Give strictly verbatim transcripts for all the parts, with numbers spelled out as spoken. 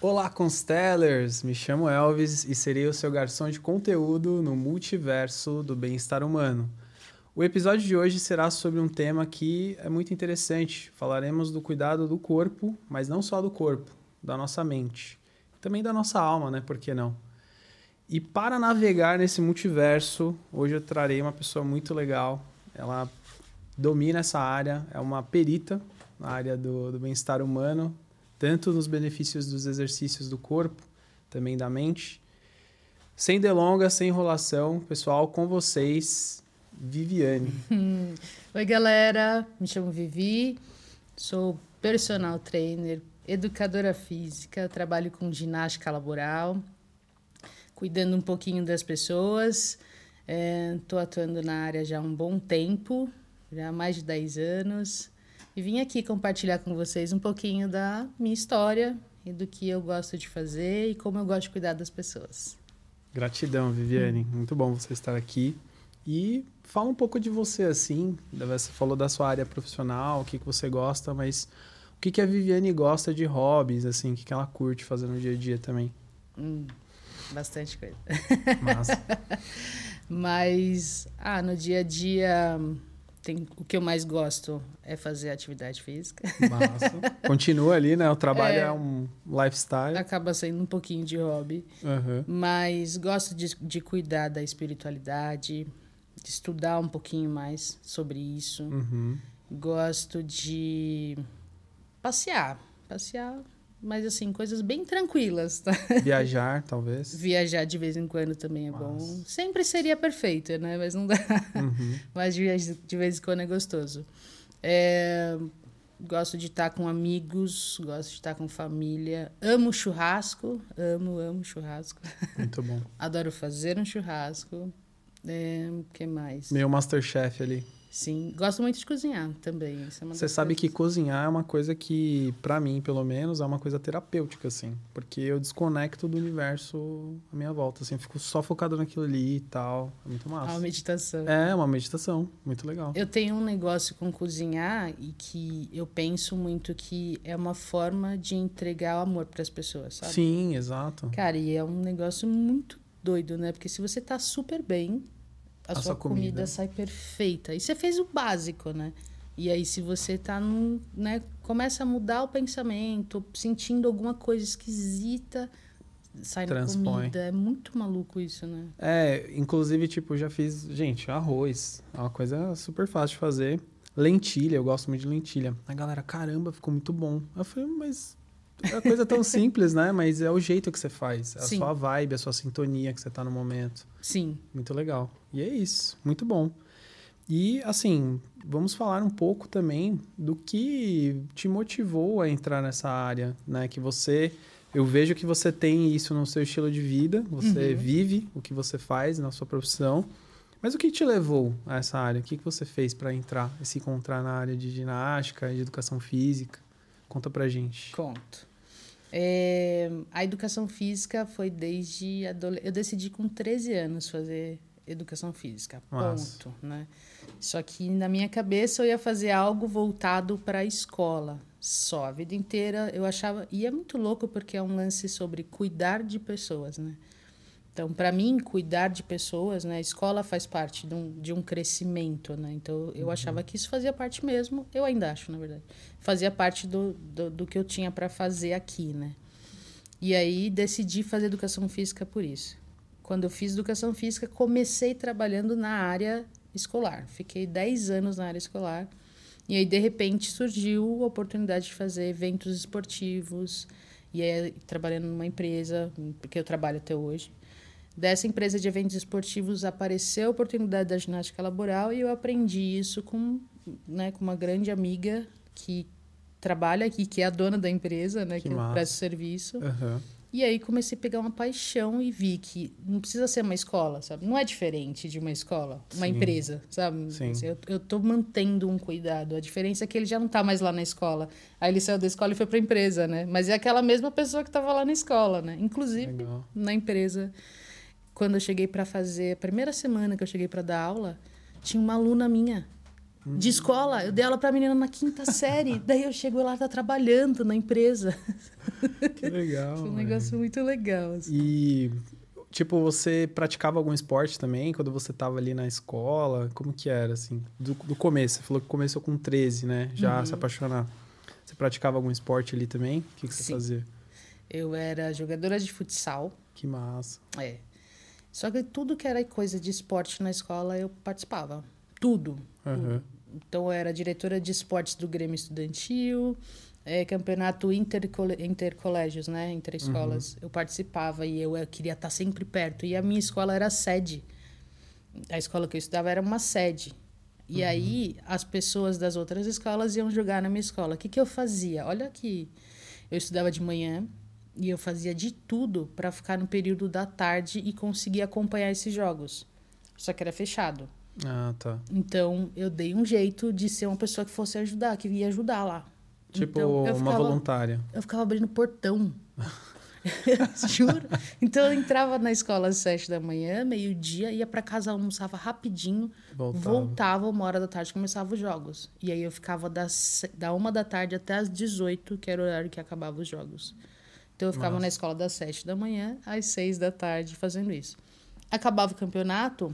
Olá, Constellers! Me chamo Elvis e serei o seu garçom de conteúdo no multiverso do bem-estar humano. O episódio de hoje será sobre um tema que é muito interessante. Falaremos do cuidado do corpo, mas não só do corpo, da nossa mente. Também da nossa alma, né? Por que não? E para navegar nesse multiverso, hoje eu trarei uma pessoa muito legal. Ela domina essa área, é uma perita na área do, do bem-estar humano, tanto nos benefícios dos exercícios do corpo, também da mente. Sem delongas, sem enrolação, pessoal, com vocês, Viviane. Oi, galera. Me chamo Vivi, sou personal trainer, educadora física, trabalho com ginástica laboral, cuidando um pouquinho das pessoas. Estou é, atuando na área já há um bom tempo, já há mais de dez anos. E vim aqui compartilhar com vocês um pouquinho da minha história e do que eu gosto de fazer e como eu gosto de cuidar das pessoas. Gratidão, Viviane. Hum. Muito bom você estar aqui. E fala um pouco de você, assim. Você falou da sua área profissional, o que, que você gosta, mas o que, que a Viviane gosta de hobbies, assim, o que, que ela curte fazer no dia a dia também? Hum, bastante coisa. Massa. Mas, ah, no dia a dia... Tem, o que eu mais gosto é fazer atividade física. Massa. Continua ali, né? O trabalho é, é um lifestyle. Acaba sendo um pouquinho de hobby. Uhum. Mas gosto de, de cuidar da espiritualidade, de estudar um pouquinho mais sobre isso. Uhum. Gosto de passear. Passear, mas assim, coisas bem tranquilas. Tá? Viajar, talvez. Viajar de vez em quando também é Nossa. bom. Sempre seria perfeito, né? Mas não dá. Uhum. Mas de vez, de vez em quando é gostoso. É, gosto de estar com amigos, gosto de estar com família. Amo churrasco. Amo, amo churrasco. Muito bom. Adoro fazer um churrasco. É, o que mais? Meio Masterchef ali. Sim, gosto muito de cozinhar também. Isso é uma Você sabe que cozinhar é uma coisa que, pra mim, pelo menos, é uma coisa terapêutica, assim. Porque eu desconecto do universo à minha volta, assim. Eu fico só focado naquilo ali e tal. É muito massa. É uma meditação. É, uma meditação. Muito legal. Eu tenho um negócio com cozinhar e que eu penso muito que é uma forma de entregar o amor para as pessoas, sabe? Sim, exato. Cara, e é um negócio muito doido, né? Porque se você tá super bem... A, a sua, sua comida. comida sai perfeita. E você fez o básico, né? E aí, se você tá num, né, começa a mudar o pensamento, sentindo alguma coisa esquisita, sai Transpõe. na comida. É muito maluco isso, né? É, inclusive, tipo, já fiz... Gente, arroz. É uma coisa super fácil de fazer. Lentilha, eu gosto muito de lentilha. A galera, caramba, ficou muito bom. Eu falei, mas... É uma coisa tão simples, né? Mas é o jeito que você faz. É a Sim. sua vibe, a sua sintonia que você tá no momento. Sim. Muito legal. E é isso. Muito bom. E, assim, vamos falar um pouco também do que te motivou a entrar nessa área, né? Que você... Eu vejo que você tem isso no seu estilo de vida. Você uhum. vive o que você faz na sua profissão. Mas o que te levou a essa área? O que você fez para entrar, se encontrar na área de ginástica, de educação física? Conta pra gente. Conto. É, a educação física foi desde... Adole... Eu decidi com treze anos fazer educação física, Nossa. ponto, né? Só que na minha cabeça eu ia fazer algo voltado para a escola, só. A vida inteira eu achava... E é muito louco porque é um lance sobre cuidar de pessoas, né? Então, para mim, cuidar de pessoas, né? A escola faz parte de um, de um crescimento, né? Então, eu uhum. achava que isso fazia parte mesmo. Eu ainda acho, na verdade. Fazia parte do, do, do que eu tinha para fazer aqui, né? E aí, decidi fazer educação física por isso. Quando eu fiz educação física, comecei trabalhando na área escolar. Fiquei dez anos na área escolar. E aí, de repente, surgiu a oportunidade de fazer eventos esportivos. E aí, trabalhando numa empresa, porque eu trabalho até hoje. Dessa empresa de eventos esportivos apareceu a oportunidade da ginástica laboral e eu aprendi isso com, né, com uma grande amiga que trabalha aqui, que é a dona da empresa, né, que, que eu presto serviço. Uhum. E aí comecei a pegar uma paixão e vi que não precisa ser uma escola, sabe? Não é diferente de uma escola, uma Sim. empresa, sabe? Sim. Eu, eu tô mantendo um cuidado. A diferença é que ele já não tá mais lá na escola. Aí ele saiu da escola e foi pra empresa, né? Mas é aquela mesma pessoa que estava lá na escola, né? Inclusive, Legal. na empresa... Quando eu cheguei para fazer, a primeira semana que eu cheguei para dar aula, tinha uma aluna minha. De escola, eu dei aula pra menina na quinta série. Daí eu chego lá, tá trabalhando na empresa. Que legal. Foi um véio. negócio muito legal. Assim. E, tipo, você praticava algum esporte também quando você tava ali na escola? Como que era, assim? Do, do começo, você falou que começou com treze, né? Já Uhum. se apaixonar. Você praticava algum esporte ali também? O que, que você Sim. fazia? Eu era jogadora de futsal. Que massa. É. Só que tudo que era coisa de esporte na escola eu participava. Tudo. Uhum. Então, eu era diretora de esportes do Grêmio Estudantil, é, campeonato intercole- intercolégios, né? Interescolas. Uhum. Eu participava e eu, eu queria estar sempre perto. E a minha escola era sede. A escola que eu estudava era uma sede. E uhum. aí, as pessoas das outras escolas iam jogar na minha escola. O que, que eu fazia? Olha aqui. Eu estudava de manhã e eu fazia de tudo para ficar no período da tarde e conseguir acompanhar esses jogos. Só que era fechado. Ah, tá. Então, eu dei um jeito de ser uma pessoa que fosse ajudar, que ia ajudar lá. Tipo, então, eu uma ficava, voluntária. Eu ficava abrindo portão. Juro. Então, eu entrava na escola às sete da manhã, meio-dia, ia para casa, almoçava rapidinho, voltava. voltava uma hora da tarde, começava os jogos. E aí, eu ficava das, da uma da tarde até às dezoito, que era o horário que acabava os jogos. Então, eu ficava Nossa. na escola das sete da manhã às seis da tarde fazendo isso. Acabava o campeonato...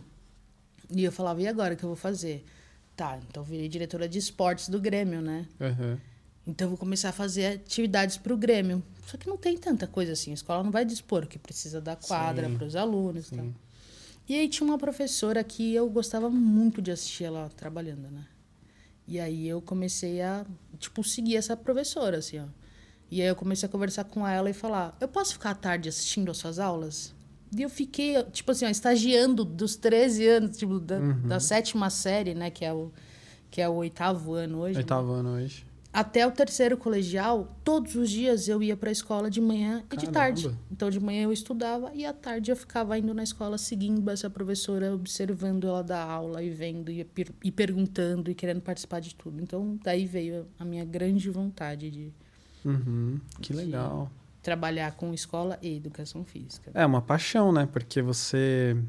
E eu falava, e agora o que eu vou fazer? Tá, então eu virei diretora de esportes do Grêmio, né? Uhum. Então eu vou começar a fazer atividades para o Grêmio. Só que não tem tanta coisa assim. A escola não vai dispor que precisa dar quadra para os alunos. Tá? E aí tinha uma professora que eu gostava muito de assistir ela trabalhando, né? E aí eu comecei a, tipo, seguir essa professora, assim, ó. E aí eu comecei a conversar com ela e falar, eu posso ficar à tarde assistindo as suas aulas? E eu fiquei, tipo assim, ó, estagiando dos treze anos, tipo, da, uhum. da sétima série, né? Que é o, que é o oitavo ano hoje. Oitavo né? ano hoje. Até o terceiro colegial, todos os dias eu ia para a escola de manhã e Caramba. de tarde. Então, de manhã eu estudava e à tarde eu ficava indo na escola, seguindo essa professora, observando ela dar aula e vendo e, e perguntando e querendo participar de tudo. Então, daí veio a minha grande vontade de... Uhum. Que de, legal. trabalhar com escola e educação física. É uma paixão, né? Porque você,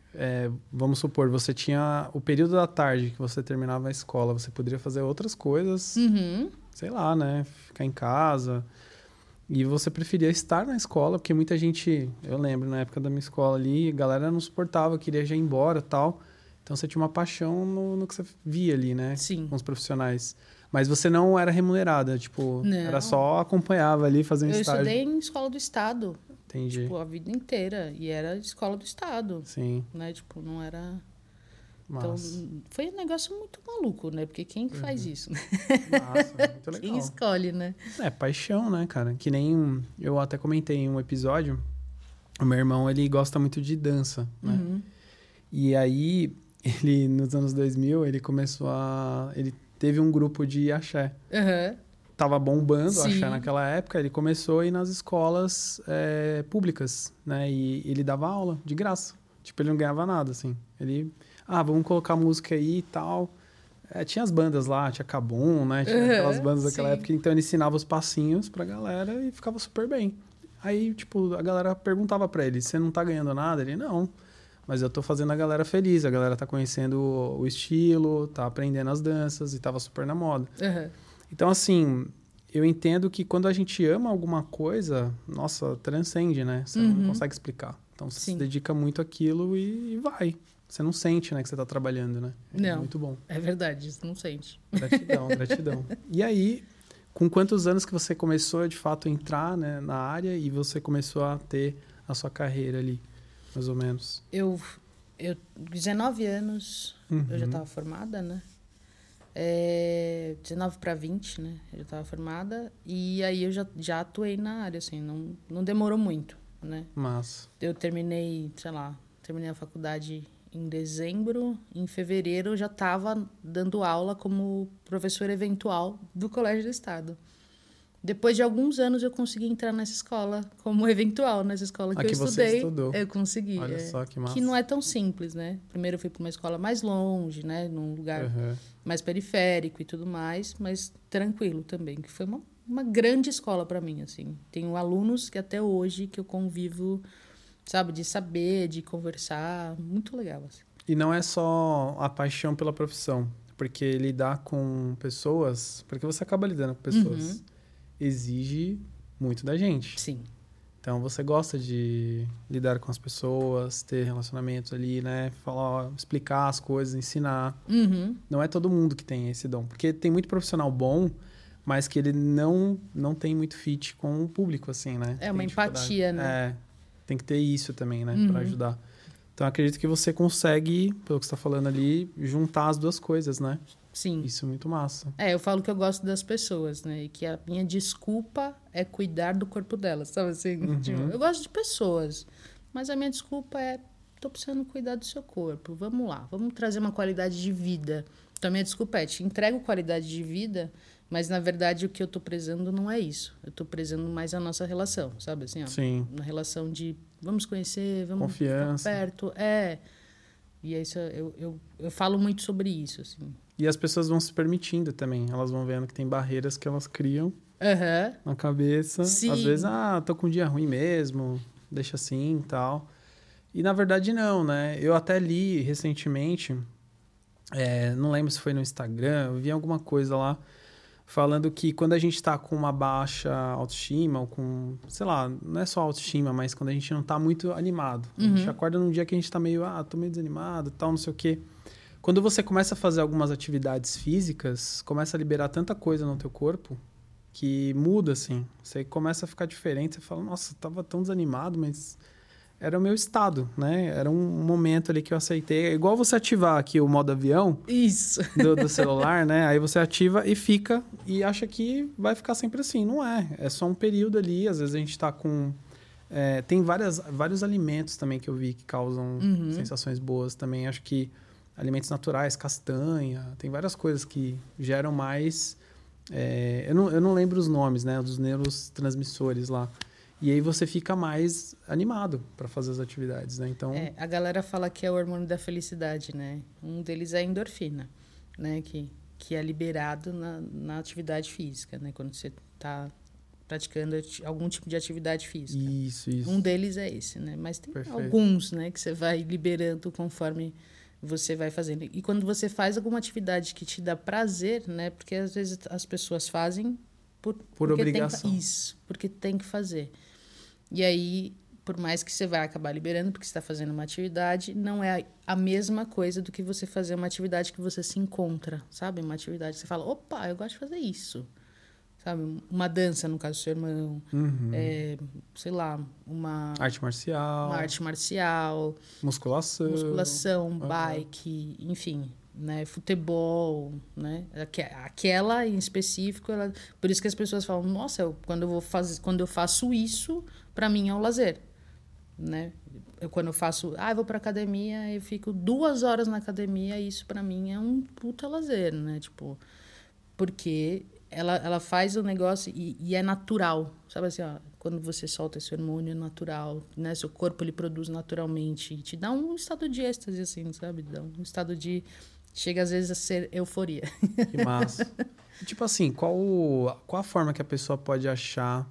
é, vamos supor, você tinha o período da tarde que você terminava a escola, você poderia fazer outras coisas, uhum. sei lá, né? Ficar em casa. E você preferia estar na escola, porque muita gente, eu lembro, na época da minha escola ali, a galera não suportava, queria já ir embora e tal. Então você tinha uma paixão no, no que você via ali, né? Sim. Com os profissionais. Mas você não era remunerada, tipo, não. era só acompanhava ali, fazendo eu estágio. Eu estudei em escola do estado. Entendi. Tipo, a vida inteira. E era escola do estado. Sim. Né? Tipo, não era... Massa. Então, foi um negócio muito maluco, né? Porque quem uhum. faz isso, né? Massa, muito legal. Quem escolhe, né? É, paixão, né, cara? Que nem... Eu até comentei em um episódio, o meu irmão, ele gosta muito de dança, né? Uhum. E aí, ele, nos anos dois mil, ele começou a... Ele teve um grupo de axé. Uhum. Tava bombando Sim. o axé naquela época, ele começou a ir nas escolas é, públicas, né? E ele dava aula de graça. Tipo, ele não ganhava nada, assim. Ele... Ah, vamos colocar música aí e tal. É, tinha as bandas lá, tinha Cabum, né? Tinha uhum, aquelas bandas daquela sim. época. Então, ele ensinava os passinhos pra galera e ficava super bem. Aí, tipo, a galera perguntava pra ele, você não tá ganhando nada? Ele, não. Mas eu tô fazendo a galera feliz. A galera tá conhecendo o estilo, tá aprendendo as danças e tava super na moda. Uhum. Então, assim, eu entendo que quando a gente ama alguma coisa, nossa, transcende, né? Você uhum. não consegue explicar. Então, você sim. se dedica muito àquilo e, e vai. Você não sente, né, que você tá trabalhando, né? É não, muito bom. É verdade, você não sente. Gratidão, gratidão. E aí, com quantos anos que você começou, de fato, a entrar, né, na área e você começou a ter a sua carreira ali, mais ou menos? Eu, eu dezenove anos, uhum. eu já estava formada, né? É, dezenove para vinte, né? Eu já estava formada e aí eu já, já atuei na área, assim, não, não demorou muito, né? Massa. Eu terminei, sei lá, terminei a faculdade em dezembro, em fevereiro eu já estava dando aula como professora eventual do Colégio do Estado. Depois de alguns anos eu consegui entrar nessa escola como eventual, nessa escola que, ah, que eu estudei. Você estudou. Eu consegui. Olha é, só que massa. Que não é tão simples, né? Primeiro eu fui para uma escola mais longe, né? Num lugar uhum. mais periférico e tudo mais, mas tranquilo também, que foi uma, uma grande escola para mim, assim. Tenho alunos que até hoje que eu convivo, sabe, de saber, de conversar, muito legal, assim. E não é só a paixão pela profissão, porque lidar com pessoas, porque você acaba lidando com pessoas, Uhum. exige muito da gente. Sim. Então, você gosta de lidar com as pessoas, ter relacionamentos ali, né? Falar, ó, explicar as coisas, ensinar. Uhum. Não é todo mundo que tem esse dom. Porque tem muito profissional bom, mas que ele não, não tem muito fit com o público, assim, né? É uma Tem dificuldade. empatia, né? É, tem que ter isso também, né? Uhum. Pra ajudar. Então, acredito que você consegue, pelo que você tá falando ali, juntar as duas coisas, né? Sim. Isso é muito massa. É, eu falo que eu gosto das pessoas, né? E que a minha desculpa é cuidar do corpo delas, sabe assim? Uhum. Tipo, eu gosto de pessoas, mas a minha desculpa é tô precisando cuidar do seu corpo. Vamos lá, vamos trazer uma qualidade de vida. Então, a minha desculpa é te entrego qualidade de vida, mas na verdade o que eu tô prezando não é isso. Eu tô prezando mais a nossa relação, sabe assim? Ó, Sim. uma relação de vamos conhecer, vamos Confiança. ficar perto. É. E é isso, eu, eu, eu falo muito sobre isso, assim. E as pessoas vão se permitindo também. Elas vão vendo que tem barreiras que elas criam Aham. na cabeça. Sim. Às vezes, ah, tô com um dia ruim mesmo, deixa assim e tal. E na verdade não, né? Eu até li recentemente, é, não lembro se foi no Instagram, eu vi alguma coisa lá falando que quando a gente tá com uma baixa autoestima, ou com, sei lá, não é só autoestima, mas quando a gente não tá muito animado. A gente Uhum. acorda num dia que a gente tá meio, ah, tô meio desanimado, tal, não sei o quê. Quando você começa a fazer algumas atividades físicas, começa a liberar tanta coisa no teu corpo que muda, assim. Você começa a ficar diferente, você fala, nossa, eu tava tão desanimado, mas era o meu estado, né? Era um momento ali que eu aceitei. É igual você ativar aqui o modo avião Isso. do, do celular, né? Aí você ativa e fica e acha que vai ficar sempre assim. Não é. É só um período ali. Às vezes a gente tá com... É, tem várias, vários alimentos também que eu vi que causam Uhum. sensações boas também. Acho que alimentos naturais, castanha, tem várias coisas que geram mais... É, eu, não, eu não lembro os nomes, né? Dos neurotransmissores lá. E aí você fica mais animado para fazer as atividades, né? Então, É, a galera fala que é o hormônio da felicidade, né? Um deles é a endorfina, né? Que, que é liberado na, na atividade física, né? Quando você está praticando ati- algum tipo de atividade física. isso, isso. Um deles é esse, né? Mas tem Perfeito. alguns, né? Que você vai liberando conforme você vai fazendo. E quando você faz alguma atividade que te dá prazer, né? Porque às vezes as pessoas fazem por, Por porque obrigação. Tem, isso, porque tem que fazer. E aí, por mais que você vai acabar liberando, porque você está fazendo uma atividade, não é a mesma coisa do que você fazer uma atividade que você se encontra, sabe? Uma atividade que você fala, opa, eu gosto de fazer isso. Sabe? Uma dança, no caso do seu irmão. Uhum. É, sei lá, uma Arte marcial, uma arte marcial, musculação. musculação, bike, enfim, né, futebol, né? Aque- Aquela em específico, ela, por isso que as pessoas falam, nossa, eu, quando eu vou fazer, quando eu faço isso, para mim é um lazer, né? Eu, quando eu faço, ah, eu vou para academia, eu fico duas horas na academia, isso para mim é um puta lazer, né? Tipo, porque ela, ela faz o negócio e, e é natural, sabe assim, ó, quando você solta esse hormônio natural, né, seu corpo ele produz naturalmente e te dá um estado de êxtase, assim, sabe, dá um estado de, chega às vezes a ser euforia. Que massa. E, tipo assim, qual, qual a forma que a pessoa pode achar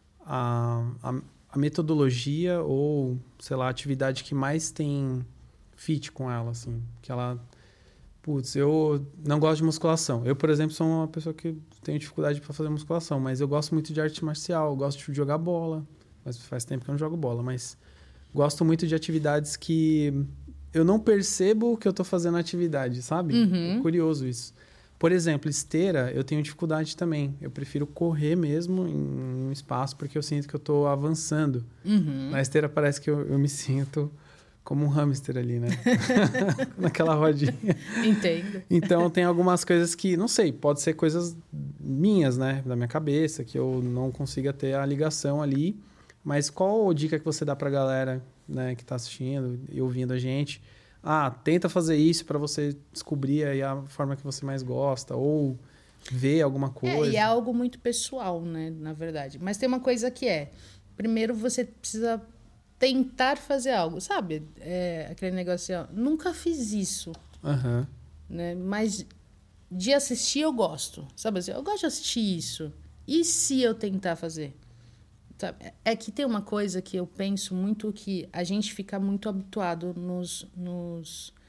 a, a, a metodologia ou, sei lá, a atividade que mais tem fit com ela, assim, que ela... Putz, eu não gosto de musculação. Eu, por exemplo, sou uma pessoa que tenho dificuldade para fazer musculação, mas eu gosto muito de arte marcial, eu gosto de jogar bola. Mas faz tempo que eu não jogo bola, mas gosto muito de atividades que eu não percebo que eu tô fazendo a atividade, sabe? Uhum. É curioso isso. Por exemplo, esteira, eu tenho dificuldade também. Eu prefiro correr mesmo em um espaço porque eu sinto que eu tô avançando. Uhum. Na esteira parece que eu, eu me sinto como um hamster ali, né? Naquela rodinha. Entendo. Então, tem algumas coisas que, não sei, pode ser coisas minhas, né? Da minha cabeça, que eu não consiga ter a ligação ali. Mas qual dica que você dá pra galera, né, que tá assistindo e ouvindo a gente? Ah, tenta fazer isso para você descobrir aí a forma que você mais gosta. Ou ver alguma coisa. É, e é algo muito pessoal, né, na verdade. Mas tem uma coisa que é, primeiro você precisa tentar fazer algo, sabe? É, aquele negócio assim, ó, nunca fiz isso, Aham. né? Mas de assistir eu gosto, sabe assim? Eu gosto de assistir isso. E se eu tentar fazer? Sabe? É que tem uma coisa que eu penso muito que a gente fica muito habituado nos, nos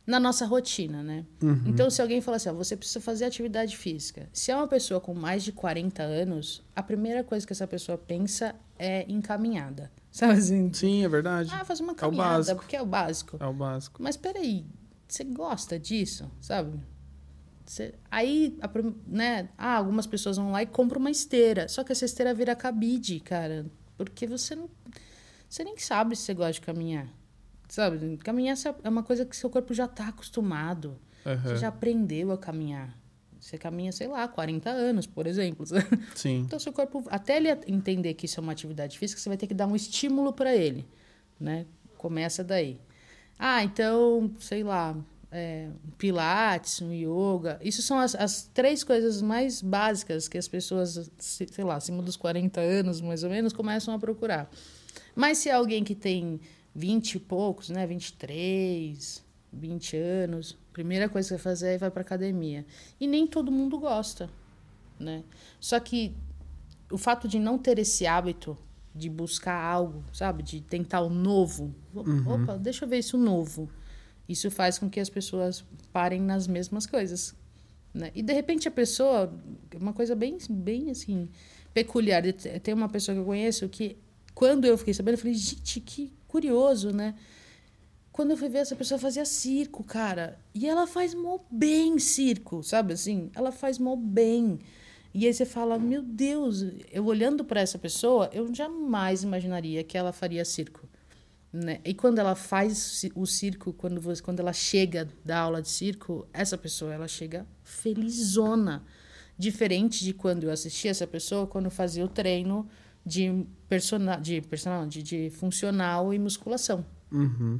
na nossa rotina, né? Uhum. Então, se alguém falar assim, ó, você precisa fazer atividade física. Se é uma pessoa com mais de quarenta anos, a primeira coisa que essa pessoa pensa é em caminhada. Sabe assim? Sim, é verdade. Ah, faz uma É o caminhada, básico. porque é o básico. É o básico. Mas peraí, você gosta disso, sabe? Você... Aí, a prim- né? Ah, algumas pessoas vão lá e compram uma esteira. Só que essa esteira vira cabide, cara. Porque você não... Você nem sabe se você gosta de caminhar. Sabe? Caminhar é uma coisa que seu corpo já está acostumado. Uhum. Você já aprendeu a caminhar. Você caminha, sei lá, quarenta anos, por exemplo. Sim. Então, seu corpo, até ele entender que isso é uma atividade física, você vai ter que dar um estímulo para ele, né? Começa daí. Ah, então, sei lá, é, um pilates, um yoga. Isso são as, as três coisas mais básicas que as pessoas, sei lá, acima dos quarenta anos, mais ou menos, começam a procurar. Mas se é alguém que tem vinte e poucos, né? vinte e três, vinte anos, primeira coisa que você vai fazer é vai para academia. E nem todo mundo gosta, né? Só que o fato de não ter esse hábito de buscar algo, sabe? De tentar o novo. Uhum. Opa, deixa eu ver isso novo. Isso faz com que as pessoas parem nas mesmas coisas, né? E de repente a pessoa, uma coisa bem, bem assim, peculiar. Tem uma pessoa que eu conheço que, quando eu fiquei sabendo, eu falei, gente, que curioso, né? Quando eu fui ver, essa pessoa fazia circo, cara. E ela faz mó bem circo, sabe assim? Ela faz mó bem. E aí você fala, meu Deus, eu olhando para essa pessoa, eu jamais imaginaria que ela faria circo, né? E quando ela faz o circo, quando, você, quando ela chega da aula de circo, essa pessoa, ela chega felizona. Diferente de quando eu assisti essa pessoa, quando eu fazia o treino de, persona, de, personal, de, de funcional e musculação. Uhum.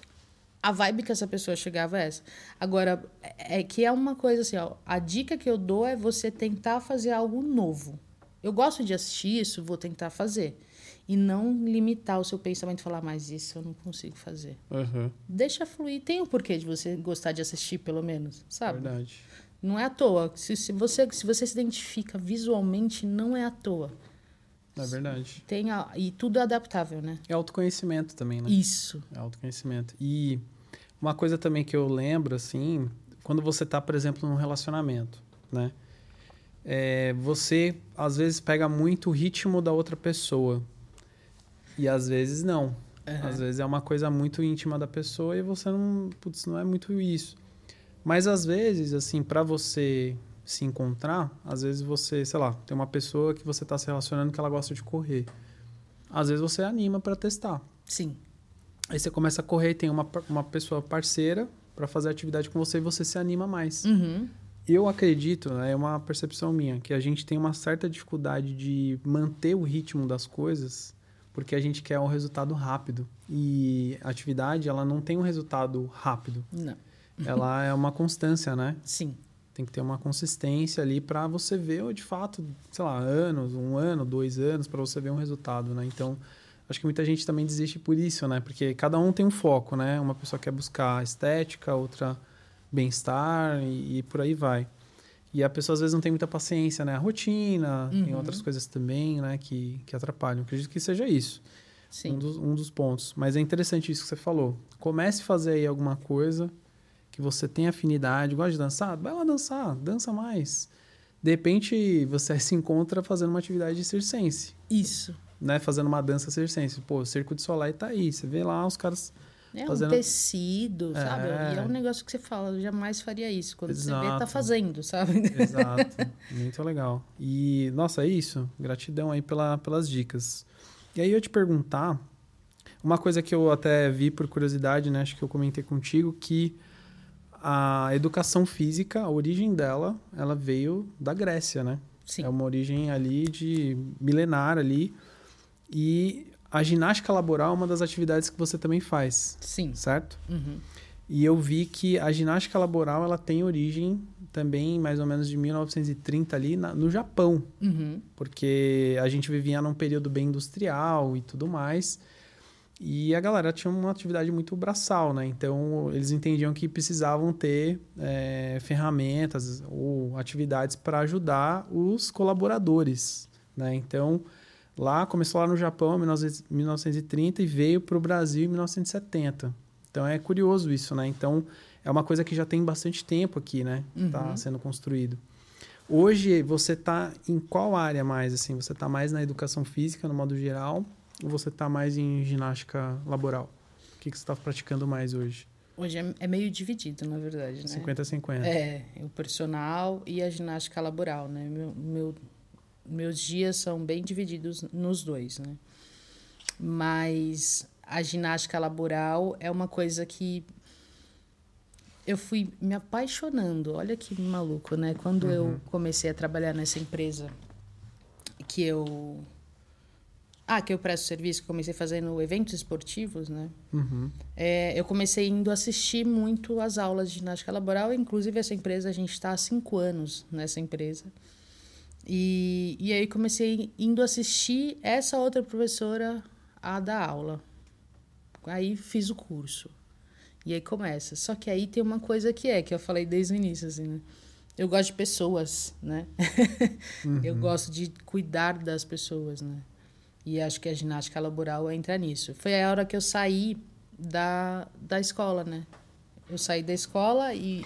A vibe que essa pessoa chegava é essa. Agora, é que é uma coisa assim, ó, a dica que eu dou é você tentar fazer algo novo. Eu gosto de assistir isso, vou tentar fazer. E não limitar o seu pensamento e falar, mas isso eu não consigo fazer. Uhum. Deixa fluir. Tem o porquê de você gostar de assistir, pelo menos, sabe? Verdade. Não é à toa. Se, se, você, se você se identifica visualmente, não é à toa. É verdade. Tem a, e tudo é adaptável, né? É autoconhecimento também, né? Isso. É autoconhecimento. E uma coisa também que eu lembro, assim, quando você tá, por exemplo, num relacionamento, né? É, você, às vezes, pega muito o ritmo da outra pessoa. E, às vezes, não. Uhum. Às vezes, é uma coisa muito íntima da pessoa e você não... Putz, não é muito isso. Mas, às vezes, assim, para você se encontrar, às vezes você, sei lá, tem uma pessoa que você tá se relacionando que ela gosta de correr. Às vezes você anima para testar. Sim. Aí você começa a correr e tem uma, uma pessoa parceira para fazer atividade com você e você se anima mais. Uhum. Eu acredito, né, é uma percepção minha, que a gente tem uma certa dificuldade de manter o ritmo das coisas porque a gente quer um resultado rápido. E a atividade, ela não tem um resultado rápido. Não. Ela é uma constância, né? Sim. Tem que ter uma consistência ali para você ver, de fato, sei lá, anos, um ano, dois anos, para você ver um resultado, né? Então, acho que muita gente também desiste por isso, né? Porque cada um tem um foco, né? Uma pessoa quer buscar estética, outra bem-estar e, e por aí vai. E a pessoa, às vezes, não tem muita paciência, né? A rotina, uhum. Tem outras coisas também, né? Que, que atrapalham. Acredito que seja isso. Sim. Um dos, um dos pontos. Mas é interessante isso que você falou. Comece a fazer aí alguma coisa que você tem afinidade, gosta de dançar, vai lá dançar, dança mais. De repente, você se encontra fazendo uma atividade circense. Isso. Né? Fazendo uma dança circense. Pô, o Circo de Soleil tá aí. Você vê lá os caras é fazendo... um tecido, é... sabe? E é um negócio que você fala, eu jamais faria isso. Quando Exato. você vê, tá fazendo, sabe? Exato. Muito legal. E, nossa, é isso. Gratidão aí pela, pelas dicas. E aí eu ia te perguntar, uma coisa que eu até vi por curiosidade, né? Acho que eu comentei contigo, que a educação física, a origem dela, ela veio da Grécia, né? Sim. É uma origem ali de milenar ali. E a ginástica laboral é uma das atividades que você também faz. Sim. Certo? Uhum. E eu vi que a ginástica laboral, ela tem origem também mais ou menos de mil novecentos e trinta ali na, no Japão. Uhum. Porque a gente vivia num período bem industrial e tudo mais. E a galera tinha uma atividade muito braçal, né? Então, eles entendiam que precisavam ter é, ferramentas ou atividades para ajudar os colaboradores, né? Então, lá começou lá no Japão em mil novecentos e trinta e veio para o Brasil em mil novecentos e setenta. Então é curioso isso, né? Então é uma coisa que já tem bastante tempo aqui, né? Uhum. Tá sendo construído. Hoje você tá em qual área mais, assim? Você tá mais na educação física, no modo geral, ou você tá mais em ginástica laboral? O que, que você está praticando mais hoje? Hoje é, é meio dividido, na verdade, né? cinquenta a cinquenta. É, o personal e a ginástica laboral, né? Meu, meu, meus dias são bem divididos nos dois, né? Mas a ginástica laboral é uma coisa que eu fui me apaixonando. Olha que maluco, né? Quando uhum. eu comecei a trabalhar nessa empresa que eu... Ah, que eu presto serviço, que comecei fazendo eventos esportivos, né? Uhum. É, eu comecei indo assistir muito às aulas de ginástica laboral. Inclusive, essa empresa, a gente está há cinco anos nessa empresa. E, e aí comecei indo assistir essa outra professora a dar aula. Aí fiz o curso. E aí começa. Só que aí tem uma coisa que é, que eu falei desde o início, assim, né? Eu gosto de pessoas, né? Uhum. Eu gosto de cuidar das pessoas, né? E acho que a ginástica laboral entra nisso. Foi a hora que eu saí da, da escola, né? Eu saí da escola e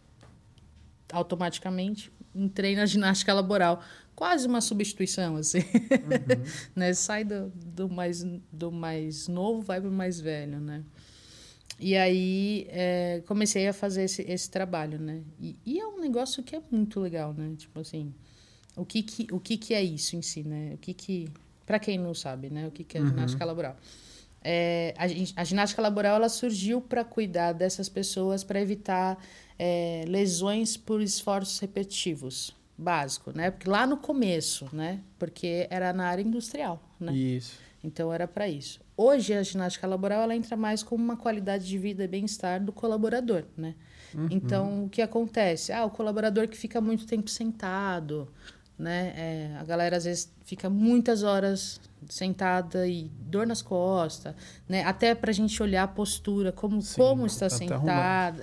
automaticamente entrei na ginástica laboral. Quase uma substituição, assim. Uhum. Né? Sai do, do, mais, do mais novo, vai para o mais velho, né? E aí é, comecei a fazer esse, esse trabalho, né? E, e é um negócio que é muito legal, né? Tipo assim, o que que, o que, que é isso em si, né? O que que... Para quem não sabe, né, o que é a ginástica uhum. laboral. É, a, a ginástica laboral ela surgiu para cuidar dessas pessoas, para evitar é, lesões por esforços repetitivos, básico, né? Porque lá no começo, né? Porque era na área industrial, né? Isso. Então era para isso. Hoje a ginástica laboral ela entra mais como uma qualidade de vida e bem-estar do colaborador, né? Uhum. Então o que acontece? Ah, o colaborador que fica muito tempo sentado, né? É, a galera às vezes fica muitas horas sentada e dor nas costas, né? Até para a gente olhar a postura, como, Sim, como está tá sentada.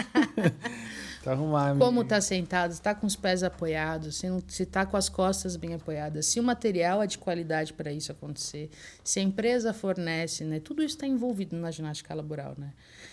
Tá arrumado. Como está sentado, está com os pés apoiados, se está com as costas bem apoiadas, se o material é de qualidade para isso acontecer, se a empresa fornece, né? Tudo isso está envolvido na ginástica laboral, né?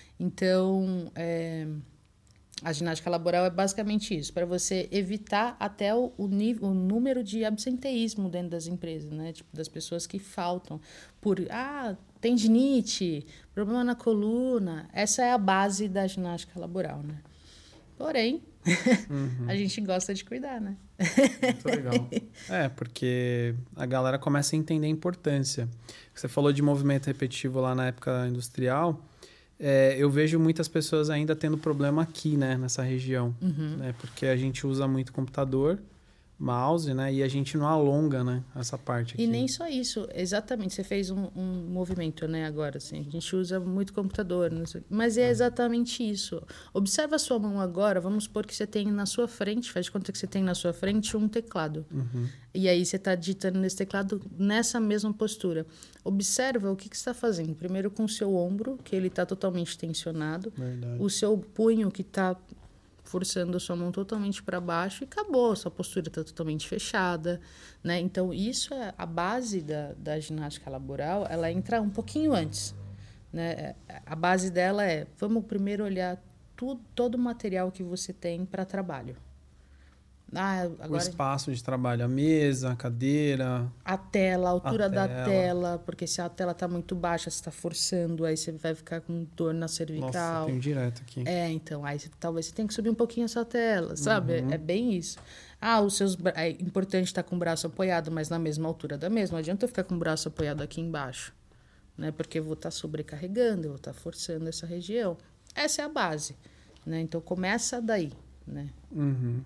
Então, é, a ginástica laboral é basicamente isso, para você evitar até o, o, nível, o número de absenteísmo dentro das empresas, né? Tipo, das pessoas que faltam por, ah, tendinite, problema na coluna. Essa é a base da ginástica laboral, né? Porém, uhum. a gente gosta de cuidar, né? Muito legal. É, porque a galera começa a entender a importância. Você falou de movimento repetitivo lá na época industrial. É, eu vejo muitas pessoas ainda tendo problema aqui, né? Nessa região. Uhum. Né? Porque a gente usa muito computador, mouse, né? E a gente não alonga, né? Essa parte aqui. E nem só isso. Exatamente. Você fez um, um movimento, né? Agora, assim. A gente usa muito computador. Não sei, mas é, é exatamente isso. Observa a sua mão agora. Vamos supor que você tem na sua frente, faz de conta que você tem na sua frente um teclado. Uhum. E aí você está digitando nesse teclado nessa mesma postura. Observa o que, que você está fazendo. Primeiro com o seu ombro, que ele está totalmente tensionado. Verdade. O seu punho, que está forçando a sua mão totalmente para baixo e acabou, sua postura está totalmente fechada, né? Então, isso é a base da, da ginástica laboral, ela entra um pouquinho antes, né? A base dela é, vamos primeiro olhar tudo, todo o material que você tem para trabalho. Ah, agora... O espaço de trabalho, a mesa, a cadeira... A tela, a altura a da tela. tela, porque se a tela está muito baixa, você está forçando, aí você vai ficar com dor na cervical. Nossa, tem direto aqui. É, então, aí você, talvez você tenha que subir um pouquinho essa tela, sabe? Uhum. É, é bem isso. Ah, os seus... É importante estar com o braço apoiado, mas na mesma altura da mesa. Não adianta eu ficar com o braço apoiado aqui embaixo, né? Porque eu vou estar sobrecarregando, eu vou estar forçando essa região. Essa é a base, né? Então, começa daí, né? Uhum.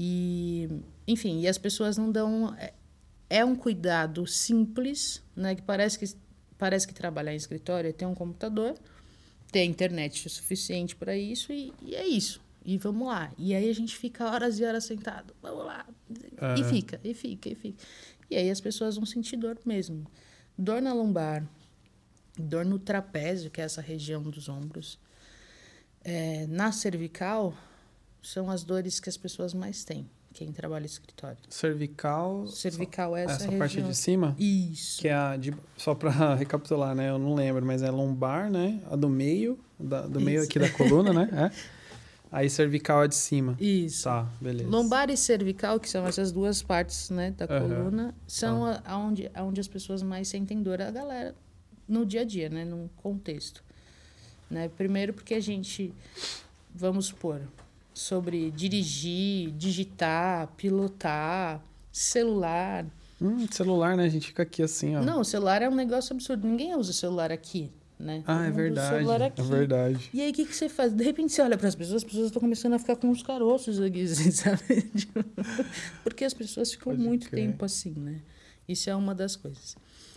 E, enfim, e as pessoas não dão... É, é um cuidado simples, né? Que parece que, parece que trabalhar em escritório é ter um computador, ter internet suficiente para isso e, e é isso. E vamos lá. E aí a gente fica horas e horas sentado. Vamos lá. É. E fica, e fica, e fica. E aí as pessoas vão sentir dor mesmo. Dor na lombar, dor no trapézio, que é essa região dos ombros. É, na cervical... são as dores que as pessoas mais têm, quem trabalha em escritório. Cervical... Cervical é essa, essa região. parte de cima? Isso. Que é a de... Só para recapitular, né? Eu não lembro, mas é lombar, né? A do meio, da, do meio aqui da coluna, né? É. Aí cervical é de cima. Isso. Tá, beleza. Lombar e cervical, que são essas duas partes, né, da Uhum. coluna, são Tá. a- aonde, aonde as pessoas mais sentem dor, a galera, no dia a dia, né, num contexto. Né? Primeiro porque a gente, vamos supor, sobre dirigir, digitar, pilotar, celular. Hum, celular, né? A gente fica aqui assim, ó. Não, o celular é um negócio absurdo. Ninguém usa o celular aqui, né? Ah, Todo é mundo usa o verdade. celular aqui. É verdade. E aí, o que, que você faz? De repente, você olha para as pessoas, as pessoas estão começando a ficar com uns caroços aqui, assim, sabe? Tipo, porque as pessoas ficam Pode muito crer. tempo assim, né? Isso é uma das coisas.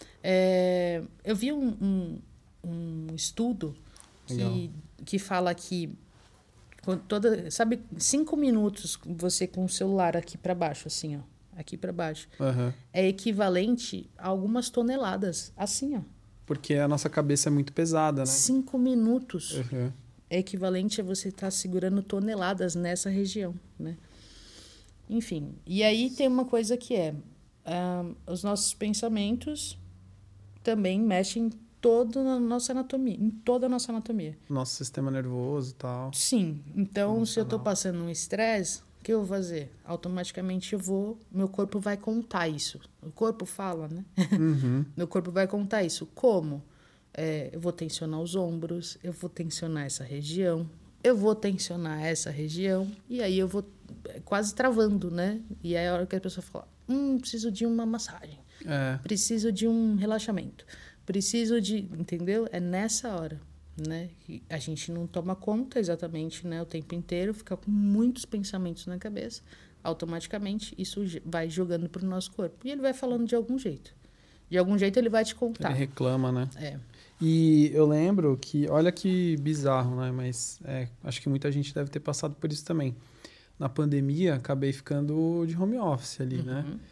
É, eu vi um, um, um estudo Legal. que, que fala que quando toda, sabe, cinco minutos você com o celular aqui para baixo, assim, ó, aqui para baixo, Aham. é equivalente a algumas toneladas, assim, ó. Porque a nossa cabeça é muito pesada, né? Cinco minutos Uhum. é equivalente a você estar segurando toneladas nessa região, né? Enfim, e aí tem uma coisa que é, ah, os nossos pensamentos também mexem toda a nossa anatomia, em toda a nossa anatomia. Nosso sistema nervoso e tal. Sim, então se eu estou Emocional. passando um estresse, o que eu vou fazer? Automaticamente eu vou, meu corpo vai contar isso. O corpo fala, né? Uhum. Meu corpo vai contar isso. Como? É, eu vou tensionar os ombros, eu vou tensionar essa região, eu vou tensionar essa região, e aí eu vou é, quase travando, né? E aí a hora que a pessoa fala, hum, preciso de uma massagem, É. preciso de um relaxamento, preciso de... Entendeu? É nessa hora, né? E a gente não toma conta exatamente, né? O tempo inteiro, fica com muitos pensamentos na cabeça, automaticamente isso j- vai jogando pro nosso corpo. E ele vai falando de algum jeito. De algum jeito ele vai te contar. Ele reclama, né? É. E eu lembro que, olha que bizarro, né? Mas é, acho que muita gente deve ter passado por isso também. Na pandemia, acabei ficando de home office ali, né? Uhum.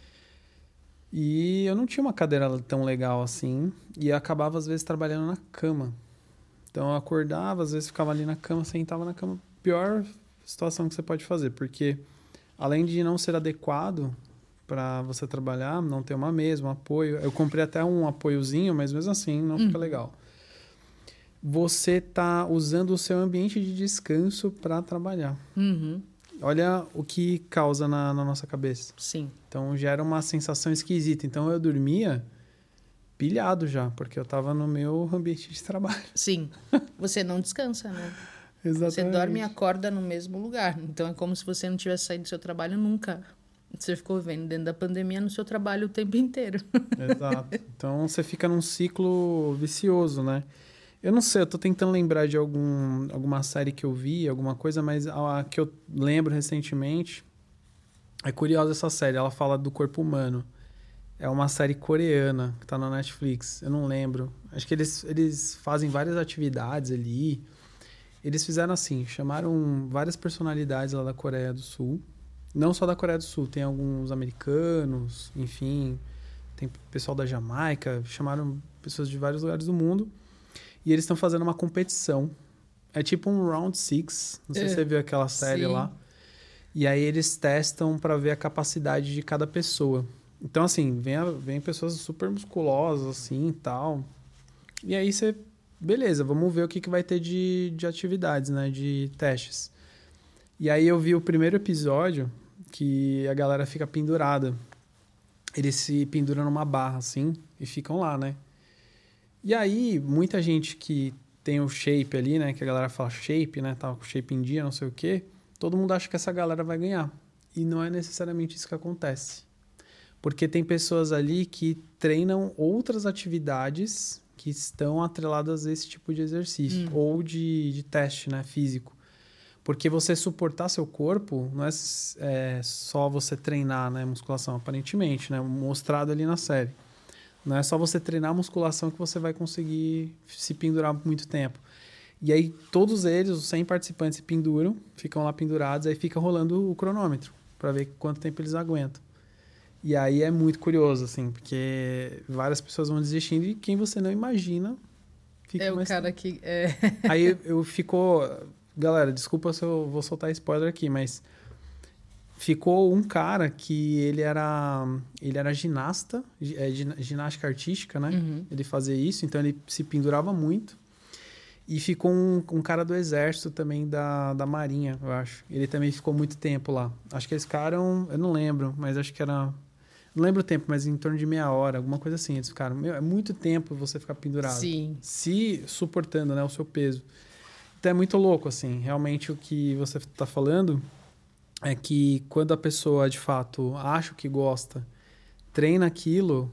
E eu não tinha uma cadeira tão legal assim. E eu acabava, às vezes, trabalhando na cama. Então eu acordava, às vezes ficava ali na cama, sentava na cama. Pior situação que você pode fazer, porque além de não ser adequado para você trabalhar, não ter uma mesa, um apoio. Eu comprei até um apoiozinho, mas mesmo assim não fica Uhum. legal. Você tá usando o seu ambiente de descanso para trabalhar. Uhum. Olha o que causa na, na nossa cabeça. Sim. Então gera uma sensação esquisita. Então eu dormia pilhado já, porque eu tava no meu ambiente de trabalho. Sim. Você não descansa, né? Exatamente. Você dorme e acorda no mesmo lugar. Então é como se você não tivesse saído do seu trabalho nunca. Você ficou vivendo dentro da pandemia no seu trabalho o tempo inteiro. Exato. Então você fica num ciclo vicioso, né? Eu não sei, eu tô tentando lembrar de algum, alguma série que eu vi, alguma coisa, mas a que eu lembro recentemente é curiosa essa série. Ela fala do corpo humano. É uma série coreana que tá na Netflix. Eu não lembro. Acho que eles, eles fazem várias atividades ali. Eles fizeram assim, chamaram várias personalidades lá da Coreia do Sul. Não só da Coreia do Sul, tem alguns americanos, enfim, tem pessoal da Jamaica, chamaram pessoas de vários lugares do mundo. E eles estão fazendo uma competição. É tipo um Round Six. Não sei É. se você viu aquela série Sim. lá. E aí eles testam para ver a capacidade de cada pessoa. Então, assim, vem, a- vem pessoas super musculosas, assim, e tal. E aí você... Beleza, vamos ver o que, que vai ter de, de atividades, né? De testes. E aí eu vi o primeiro episódio que a galera fica pendurada. Eles se penduram numa barra, assim, e ficam lá, né? E aí, muita gente que tem o shape ali, né? Que a galera fala shape, né? Tava com shape em dia, não sei o quê. Todo mundo acha que essa galera vai ganhar. E não é necessariamente isso que acontece. Porque tem pessoas ali que treinam outras atividades que estão atreladas a esse tipo de exercício. Hum. Ou de, de teste, né? Físico. Porque você suportar seu corpo não é, é só você treinar, né? Musculação, aparentemente, né? Mostrado ali na série. Não é só você treinar a musculação que você vai conseguir se pendurar por muito tempo. E aí todos eles, os cem participantes, se penduram, ficam lá pendurados, aí fica rolando o cronômetro para ver quanto tempo eles aguentam. E aí é muito curioso, assim, porque várias pessoas vão desistindo e quem você não imagina fica É o mais cara que... É... Aí eu fico... Galera, desculpa se eu vou soltar spoiler aqui, mas ficou um cara que ele era, ele era ginasta, é, ginástica artística, né? Uhum. Ele fazia isso, então ele se pendurava muito. E ficou um, um cara do exército também, da, da marinha, eu acho. Ele também ficou muito tempo lá. Acho que eles ficaram, eu não lembro, mas acho que era... Não lembro o tempo, mas em torno de meia hora, alguma coisa assim. Eles ficaram... Meu, é muito tempo você ficar pendurado. Sim. Se suportando, né, o seu peso. Então é muito louco, assim. Realmente o que você está falando é que quando a pessoa, de fato, acha o que gosta, treina aquilo,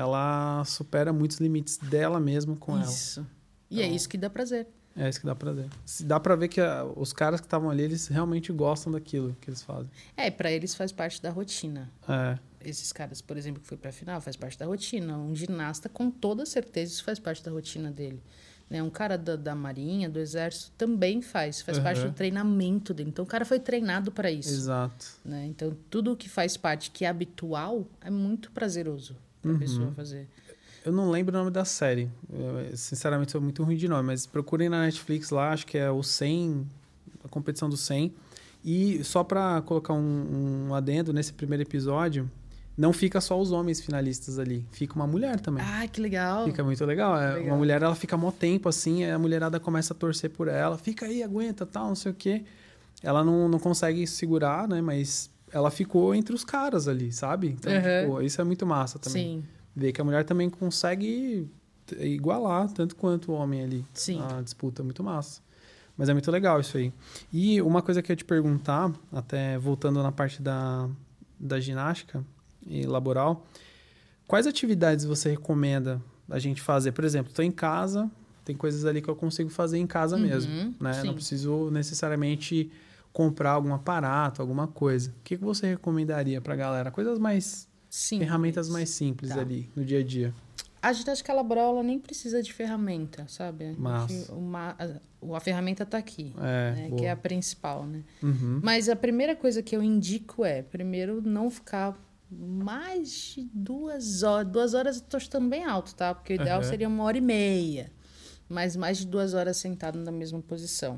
ela supera muitos limites dela mesmo com ela. Isso. E Então, é isso que dá prazer. É isso que dá prazer. Se dá pra ver que a, os caras que estavam ali, eles realmente gostam daquilo que eles fazem. É, para eles faz parte da rotina. É. Esses caras, por exemplo, que foi pra final, faz parte da rotina. Um ginasta, com toda certeza, isso faz parte da rotina dele. Né? Um cara da, da marinha, do exército, também faz. Faz Uhum. parte do treinamento dele. Então, o cara foi treinado para isso. Exato. Né? Então, tudo que faz parte, que é habitual, é muito prazeroso pra Uhum. pessoa fazer. Eu não lembro o nome da série. Eu, sinceramente, sou muito ruim de nome, mas procurem na Netflix lá, acho que é o cem, a competição do cem. E só para colocar um, um adendo nesse primeiro episódio, não fica só os homens finalistas ali, fica uma mulher também. Ah, que legal. Fica muito legal. É, legal. Uma mulher, ela fica mó tempo assim, a mulherada começa a torcer por ela, fica aí, aguenta, tal, não sei o quê. Ela não, não consegue segurar, né, mas ela ficou entre os caras ali, sabe? Então, Uhum. tipo, isso é muito massa também. Sim. Ver que a mulher também consegue igualar tanto quanto o homem ali. Sim. A disputa é muito massa. Mas é muito legal isso aí. E uma coisa que eu ia te perguntar, até voltando na parte da, da ginástica e laboral, quais atividades você recomenda a gente fazer? Por exemplo, estou em casa, tem coisas ali que eu consigo fazer em casa Uhum, mesmo. Né? sim. Não preciso necessariamente comprar algum aparato, alguma coisa. O que, que você recomendaria para a galera? Coisas mais... Sim. Ferramentas mais simples Tá. ali, no dia a dia. A ginástica laboral, ela nem precisa de ferramenta, sabe? Mas... Uma, a, a ferramenta está aqui, É, né? Que é a principal, né? Uhum. Mas a primeira coisa que eu indico é, primeiro, não ficar mais de duas horas. Duas horas eu tô chutando bem alto, tá? Porque o ideal Uhum. seria uma hora e meia. Mas mais de duas horas sentado na mesma posição.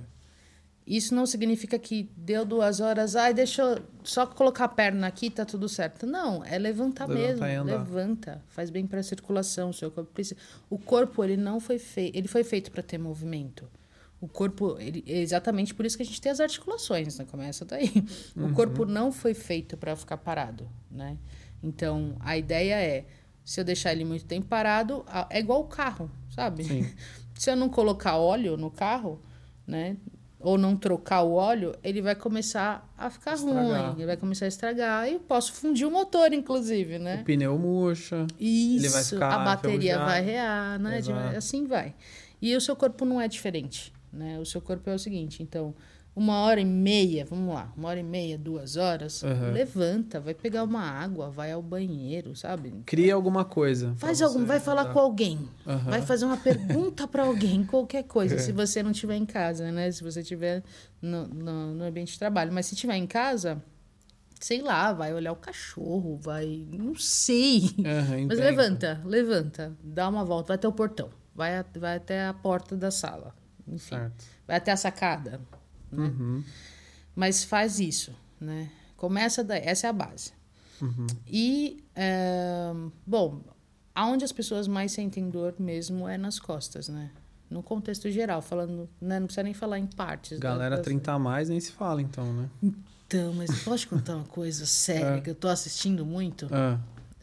Isso não significa que deu duas horas, ai, deixa eu só colocar a perna aqui, tá tudo certo. Não, é levantar, Levantar mesmo. e andar. Levanta, faz bem para a circulação. O seu corpo precisa. O corpo, ele não foi feito, ele foi feito para ter movimento. O corpo, ele, é exatamente por isso que a gente tem as articulações, né? Começa daí. Uhum. O corpo não foi feito para ficar parado, né? Então, a ideia é, se eu deixar ele muito tempo parado, é igual o carro, sabe? Sim. Se eu não colocar óleo no carro, né? Ou não trocar o óleo, ele vai começar a ficar Estragar. ruim, ele vai começar a estragar. E eu posso fundir o motor, inclusive, né? O pneu murcha. Isso, ele vai ficar a bateria enferrujado. vai rear, né? De- Exato. assim vai. E o seu corpo não é diferente, né? O seu corpo é o seguinte, então, uma hora e meia, vamos lá, uma hora e meia, duas horas, Uhum. levanta, vai pegar uma água, vai ao banheiro, sabe? Cria alguma coisa. Faz pra algum, você vai falar ajudar. com alguém, Aham. vai fazer uma pergunta para alguém, qualquer coisa, É. se você não estiver em casa, né? Se você estiver no, no, no ambiente de trabalho. Mas se estiver em casa, sei lá, vai olhar o cachorro, vai... Não sei. Aham, Mas inventa. levanta, levanta, dá uma volta, vai até o portão, vai, a- vai até a porta da sala, enfim, Certo. vai até a sacada, né? Uhum. Mas faz isso, né? Começa daí, essa é a base. Uhum. E, é, bom, aonde as pessoas mais sentem dor mesmo é nas costas, né? No contexto geral, falando, né? Não precisa nem falar em partes. da- Galera das- trinta a mais nem se fala, então, né? Então, mas posso te contar uma coisa séria É. que eu tô assistindo muito? Ah,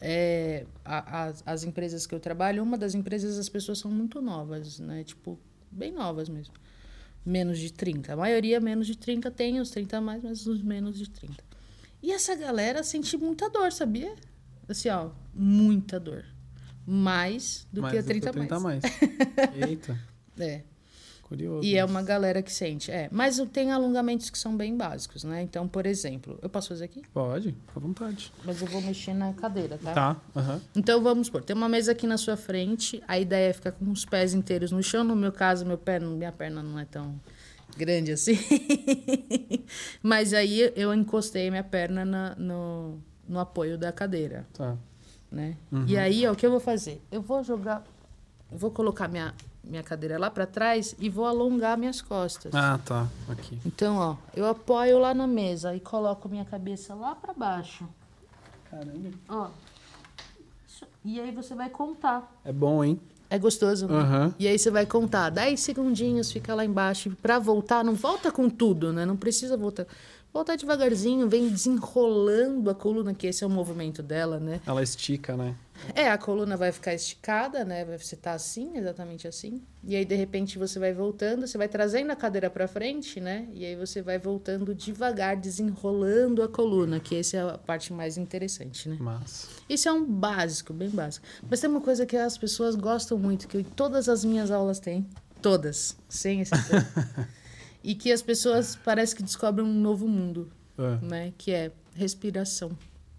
É, a- as, as empresas que eu trabalho, uma das empresas as pessoas são muito novas, né? Tipo, bem novas mesmo. Menos de trinta. A maioria menos de trinta, tem os trinta a mais, mas os menos de trinta. E essa galera sente muita dor, sabia? Assim, ó, muita dor. Mais do mais que a do trinta a trinta a mais. mais. Eita, É. curioso. E é uma galera que sente. É, mas tem alongamentos que são bem básicos, né? Então, por exemplo, eu posso fazer aqui? Pode, fica à vontade. Mas eu vou mexer na cadeira, tá? Tá, aham. Então vamos supor, tem uma mesa aqui na sua frente, a ideia é ficar com os pés inteiros no chão. No meu caso, meu pé, minha perna não é tão grande assim. Mas aí eu encostei minha perna na- no, no apoio da cadeira, Tá. né? Uhum. E aí, ó, o que eu vou fazer? Eu vou jogar, eu vou colocar minha minha cadeira lá para trás e vou alongar minhas costas. Ah, tá. Aqui. Então, ó, eu apoio lá na mesa e coloco minha cabeça lá para baixo. Caramba. Ó. E aí você vai contar. É bom, hein? É gostoso, né? Uhum. E aí você vai contar dez segundinhos, fica lá embaixo. Para voltar, não volta com tudo, né? Não precisa voltar. Voltar devagarzinho, vem desenrolando a coluna, que esse é o movimento dela, né? Ela estica, né? É, a coluna vai ficar esticada, né? Você tá assim, exatamente assim. E aí, de repente, você vai voltando, você vai trazendo a cadeira para frente, né? E aí você vai voltando devagar, desenrolando a coluna, que essa é a parte mais interessante, né? Massa. Isso é um básico, bem básico. Mas tem uma coisa que as pessoas gostam muito, que todas as minhas aulas têm. Todas, sem exceção. E que as pessoas parece que descobrem um novo mundo, É. né? Que é respiração.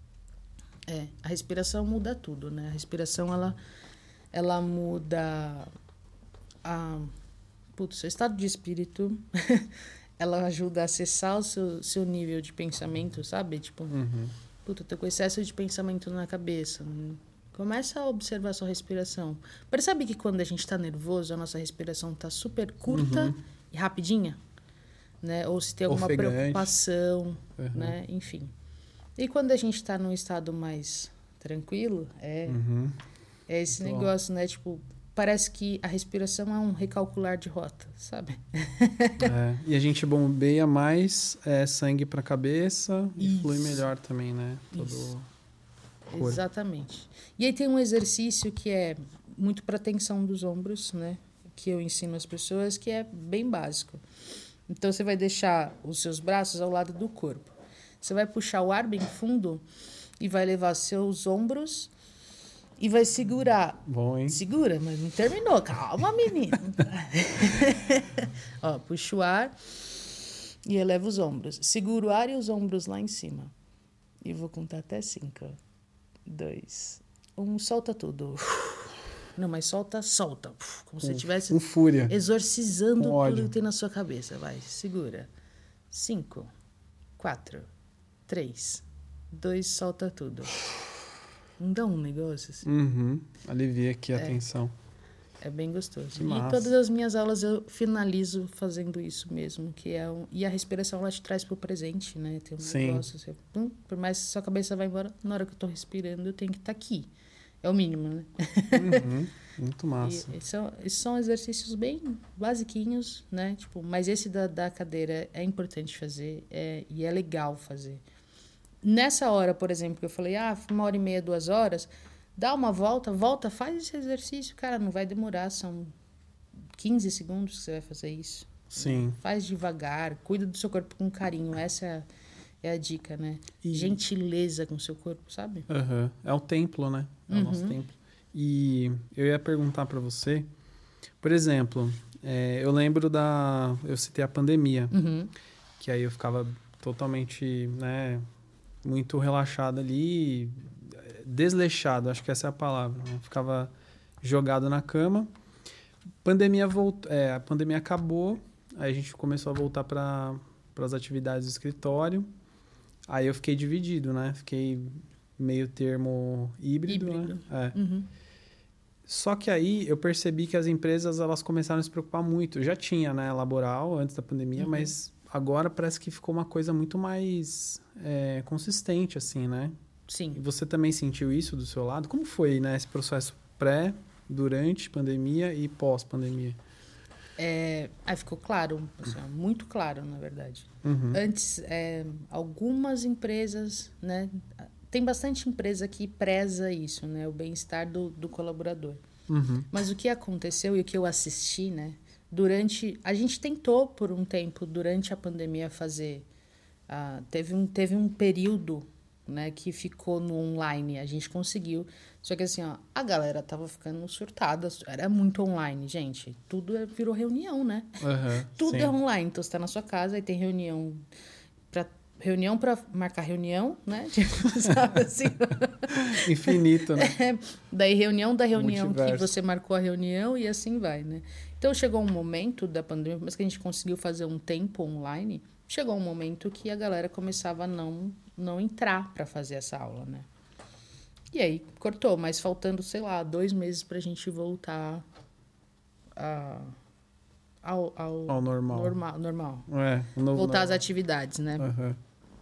É, a respiração muda tudo, né? A respiração, ela, ela muda a, putz, seu estado de espírito. Ela ajuda a acessar o seu, seu nível de pensamento, sabe? Tipo, Uhum. puta, eu tô com excesso de pensamento na cabeça. Começa a observar a sua respiração. Percebe que quando a gente tá nervoso, a nossa respiração tá super curta Uhum. e rapidinha? Né? Ou se tem alguma Ofegante. preocupação, Uhum. né? Enfim. E quando a gente está num estado mais tranquilo, é, Uhum. é esse Muito negócio, né? Tipo, parece que a respiração é um recalcular de rota, sabe? É. E a gente bombeia mais é, sangue para a cabeça e Isso. flui melhor também, né? Todo Isso. o corpo. Exatamente. E aí tem um exercício que é muito para tensão dos ombros, né? Que eu ensino às pessoas, que é bem básico. Então, você vai deixar os seus braços ao lado do corpo. Você vai puxar o ar bem fundo e vai levar seus ombros e vai segurar. Bom, hein? Segura, mas não terminou. Calma, menino. Ó, puxa o ar e eleva os ombros. Segura o ar e os ombros lá em cima. E vou contar até cinco. Dois. Um, solta tudo. Não, mas solta, solta. Como se você estivesse Com fúria. exorcizando Com ódio. tudo que tem na sua cabeça. Vai, segura. Cinco, quatro, três, dois, solta tudo. Não dá um negócio assim? Uhum. Alivia aqui a tensão. É bem gostoso. Que E massa. todas as minhas aulas eu finalizo fazendo isso mesmo, que é um... E a respiração, ela te traz pro presente, né? Tem um Sim. negócio, você... hum, por mais que sua cabeça vá embora, na hora que eu tô respirando, eu tenho que estar aqui. É o mínimo, né? Uhum. Muito massa. E, e são, esses são exercícios bem basiquinhos, né? Tipo, mas esse da, da cadeira é importante fazer é, e é legal fazer. Nessa hora, por exemplo, que eu falei, ah, uma hora e meia, duas horas, dá uma volta, volta, faz esse exercício. Cara, não vai demorar, são quinze segundos que você vai fazer isso. Sim. Faz devagar, cuida do seu corpo com carinho, essa é a, é a dica, né? E- Gentileza com o seu corpo, sabe? Uhum. É o templo, né? É o Uhum. nosso templo. E eu ia perguntar para você, por exemplo, é, eu lembro da... Eu citei a pandemia, Uhum. que aí eu ficava totalmente, né, muito relaxado ali, desleixado, acho que essa é a palavra, né? Ficava jogado na cama. Pandemia voltou, é, a pandemia acabou, aí a gente começou a voltar para as atividades do escritório. Aí eu fiquei dividido, né? Fiquei meio termo híbrido, Híbrido. né? É. Uhum. Só que aí eu percebi que as empresas elas começaram a se preocupar muito. Já tinha, né, laboral antes da pandemia, Uhum. mas agora parece que ficou uma coisa muito mais é, consistente, assim, né? E Sim. você também sentiu isso do seu lado? Como foi, né, esse processo pré, durante pandemia e pós-pandemia? É, aí ficou claro, assim, ó, muito claro, na verdade. Uhum. Antes, é, algumas empresas, né? Tem bastante empresa que preza isso, né? O bem-estar do, do colaborador. Uhum. Mas o que aconteceu e o que eu assisti, né? Durante... A gente tentou, por um tempo, durante a pandemia, fazer... ah, teve, um, teve um período, né? Que ficou no online. A gente conseguiu. Só que assim, ó, a galera tava ficando surtada. Era muito online, gente. Tudo é- virou reunião, né? Uhum. Tudo Sim. é online. Então, você tá na sua casa e tem reunião... Pra, reunião para marcar reunião, né? Tipo, sabe assim? Infinito, né? É, daí reunião da reunião que Multiverso. você marcou a reunião e assim vai, né? Então chegou um momento da pandemia, mas que a gente conseguiu fazer um tempo online, chegou um momento que a galera começava a não, não entrar para fazer essa aula, né? E aí cortou, mas faltando, sei lá, dois meses para a gente voltar a, ao, ao, ao normal. normal, normal. É, no, voltar no... às atividades, né? Uhum.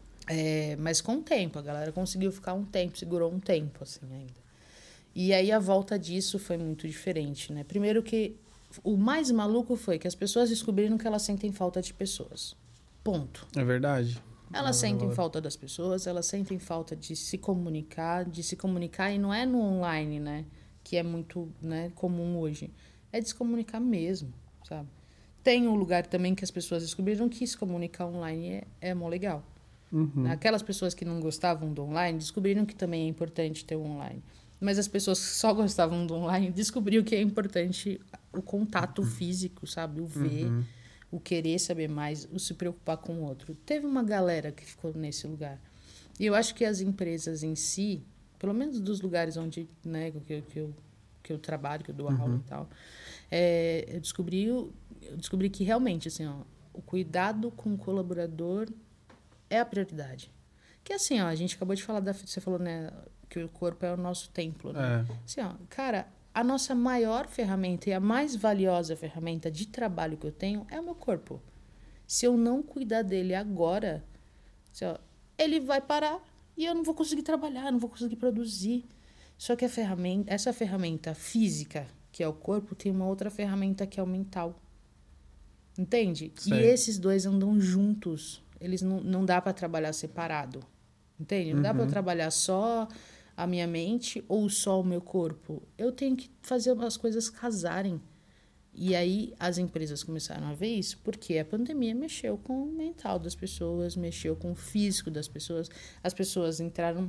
É, mas com o tempo, a galera conseguiu ficar um tempo, segurou um tempo, assim, ainda. E aí a volta disso foi muito diferente, né? Primeiro que o mais maluco foi que as pessoas descobriram que elas sentem falta de pessoas. Ponto. É verdade. Elas é sentem verdade. falta das pessoas, elas sentem falta de se comunicar, de se comunicar, e não é no online, né? Que é muito, né, comum hoje. É de se comunicar mesmo, sabe? Tem um lugar também que as pessoas descobriram que se comunicar online é, é mó legal. Uhum. Aquelas pessoas que não gostavam do online descobriram que também é importante ter o online. Mas as pessoas que só gostavam do online descobriram que é importante o contato físico, sabe? O ver, Uhum. o querer saber mais, o se preocupar com o outro. Teve uma galera que ficou nesse lugar. E eu acho que as empresas em si, pelo menos dos lugares onde, né, que, eu, que, eu, que eu trabalho, que eu dou Uhum. aula e tal, é, eu, descobri, eu descobri que realmente, assim, ó, o cuidado com o colaborador é a prioridade. Que assim, ó, a gente acabou de falar, da, você falou, né, que o corpo é o nosso templo, né? É. Assim, ó, cara, a nossa maior ferramenta e a mais valiosa ferramenta de trabalho que eu tenho é o meu corpo. Se eu não cuidar dele agora, assim, ó, ele vai parar e eu não vou conseguir trabalhar, não vou conseguir produzir. Só que a ferramenta, essa ferramenta física, que é o corpo, tem uma outra ferramenta que é o mental. Entende? Sei. E esses dois andam juntos. Eles não, não dá para trabalhar separado. Entende? Não Uhum. dá para eu trabalhar só a minha mente ou só o meu corpo. Eu tenho que fazer as coisas casarem. E aí as empresas começaram a ver isso porque a pandemia mexeu com o mental das pessoas, mexeu com o físico das pessoas. As pessoas entraram,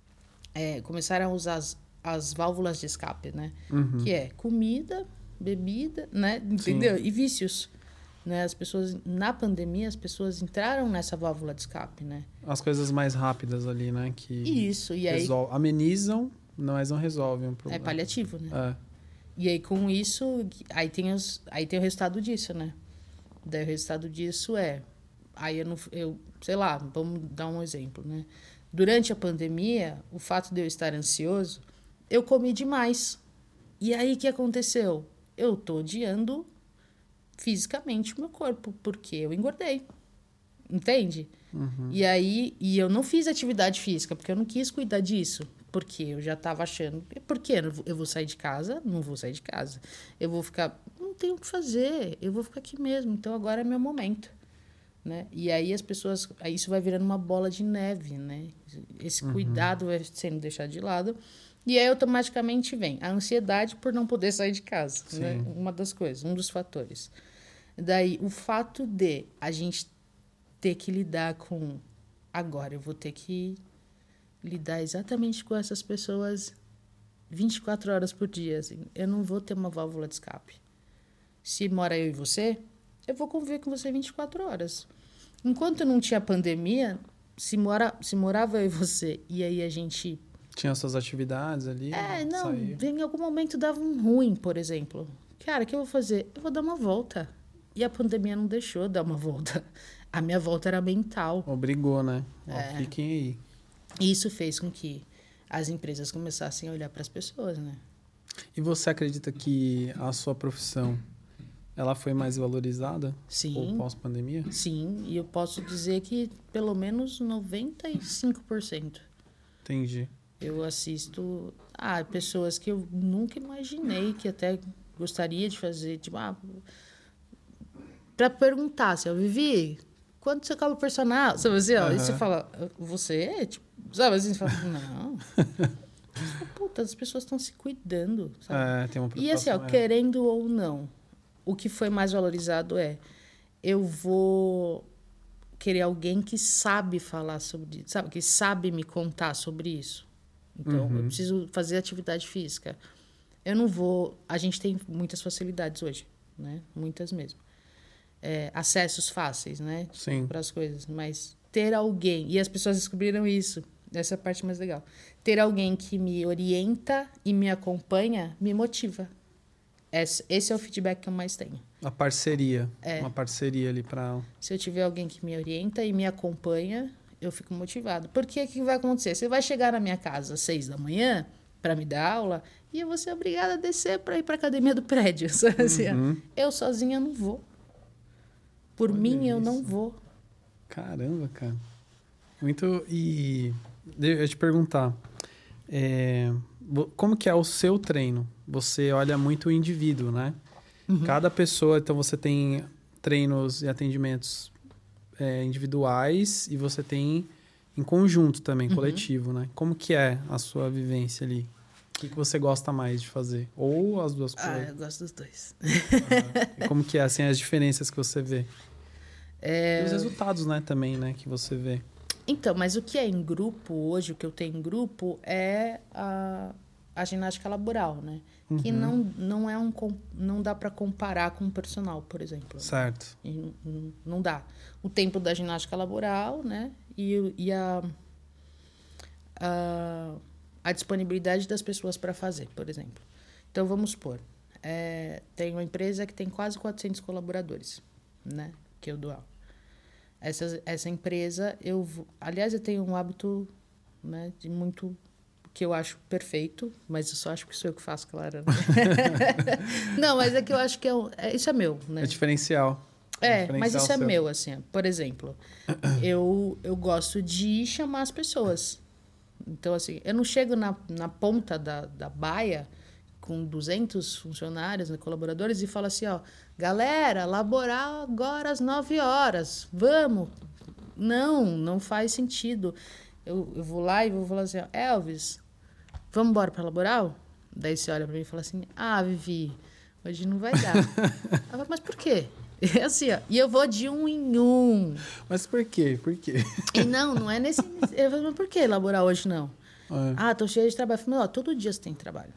é, começaram a usar as, as válvulas de escape, né? Uhum. Que é comida, bebida, né? Entendeu? Sim. E vícios. Né? As pessoas, na pandemia, as pessoas entraram nessa válvula de escape, né? As coisas mais rápidas ali, né? Que Isso, e aí... resol... amenizam, mas não resolvem o É problema. paliativo, né? É. E aí, com isso, aí tem, os, aí tem o resultado disso, né? Daí o resultado disso é... Aí eu, não, eu, sei lá, vamos dar um exemplo, né? Durante a pandemia, o fato de eu estar ansioso, eu comi demais. E aí, o que aconteceu? Eu tô odiando fisicamente o meu corpo, porque eu engordei. Entende? Uhum. E aí, e eu não fiz atividade física, porque eu não quis cuidar disso. Porque eu já estava achando, por quê? Eu vou sair de casa? Não vou sair de casa. Eu vou ficar, não tenho o que fazer, eu vou ficar aqui mesmo. Então agora é meu momento, né? E aí as pessoas, aí isso vai virando uma bola de neve, né? Esse Uhum. cuidado vai sendo deixado de lado. E aí automaticamente vem a ansiedade por não poder sair de casa, né? Uma das coisas, um dos fatores. Daí o fato de a gente ter que lidar com, agora eu vou ter que lidar exatamente com essas pessoas vinte e quatro horas por dia, assim. Eu não vou ter uma válvula de escape. Se mora eu e você, eu vou conviver com você vinte e quatro horas. Enquanto não tinha pandemia, se, mora, se morava eu e você, e aí a gente... Tinha suas atividades ali. É, não, saía. em algum momento dava um ruim, por exemplo. Cara, o que eu vou fazer? Eu vou dar uma volta. E a pandemia não deixou eu dar uma volta. A minha volta era mental. Obrigou, né? Ó, É. fiquem aí. E isso fez com que as empresas começassem a olhar para as pessoas, né? E você acredita que a sua profissão ela foi mais valorizada? Sim. Ou pós-pandemia? Sim, e eu posso dizer que pelo menos noventa e cinco por cento. Entendi. Eu assisto a pessoas que eu nunca imaginei que até gostaria de fazer, tipo, ah, para perguntar, assim, eu Vivi, quanto você cobra o personal? Sabe assim, ó, Uhum. e você fala, você? Tipo, sabe assim, você fala, não. Puta, as pessoas estão se cuidando, sabe? É, tem uma preocupação. E assim, ó, é. querendo ou não, o que foi mais valorizado é, eu vou querer alguém que sabe falar sobre isso, sabe? Que sabe me contar sobre isso. Então, Uhum. eu preciso fazer atividade física. Eu não vou... A gente tem muitas facilidades hoje, né? Muitas mesmo. É, acessos fáceis, né? Sim. Para as coisas. Mas ter alguém... E as pessoas descobriram isso. Essa é a parte mais legal. Ter alguém que me orienta e me acompanha me motiva. Esse, esse é o feedback que eu mais tenho. A parceria. É. Uma parceria ali para... Se eu tiver alguém que me orienta e me acompanha, eu fico motivado. Porque o que vai acontecer? Você vai chegar na minha casa às seis da manhã, para me dar aula e eu vou ser obrigada a descer para ir para a academia do prédio. Sabe? Assim, Uhum. eu sozinha não vou. Por Olha mim, eu isso. não vou. Caramba, cara. Muito... E eu ia te perguntar, é, como que é o seu treino? Você olha muito o indivíduo, né? Uhum. Cada pessoa, então você tem treinos e atendimentos é, individuais e você tem em conjunto também, Uhum. coletivo, né? Como que é a sua vivência ali? O que, que você gosta mais de fazer? Ou as duas Ah, coisas? eu gosto dos dois. Uhum. E como que é, assim, as diferenças que você vê? É... E os resultados, né, também, né, que você vê. Então, mas o que é em grupo, hoje, o que eu tenho em grupo é a, a ginástica laboral, né? Uhum. Que não, não é um... Não dá para comparar com o personal, por exemplo. Certo. Né? Não, não dá. O tempo da ginástica laboral, né? E, e a, a, a disponibilidade das pessoas para fazer, por exemplo. Então, vamos supor, é, tem uma empresa que tem quase quatrocentos colaboradores, né? Que eu dou aula. Essa, essa empresa, eu... Aliás, eu tenho um hábito, né, de muito... que eu acho perfeito, mas eu só acho que sou eu que faço, claro. Né? Não, mas é que eu acho que é, é, isso é meu, né? É diferencial. É, diferencial mas isso é seu. meu, assim. Por exemplo, eu, eu gosto de chamar as pessoas. Então, assim, eu não chego na, na ponta da, da baia com duzentos funcionários, né, colaboradores, e falo assim, ó, galera, laborar agora às nove horas, vamos. Não, não faz sentido. Eu, eu vou lá e vou falar assim, ó, Elvis, vamos embora para laboral? Daí você olha para mim e fala assim, ah, Vivi, hoje não vai dar. Eu falo, mas por quê? É assim, ó, e eu vou de um em um. Mas por quê? Por quê? E não, não é nesse... Eu falo, mas por que laborar hoje não? É. Ah, tô cheia de trabalho. Eu falo, ó, todo dia você tem trabalho.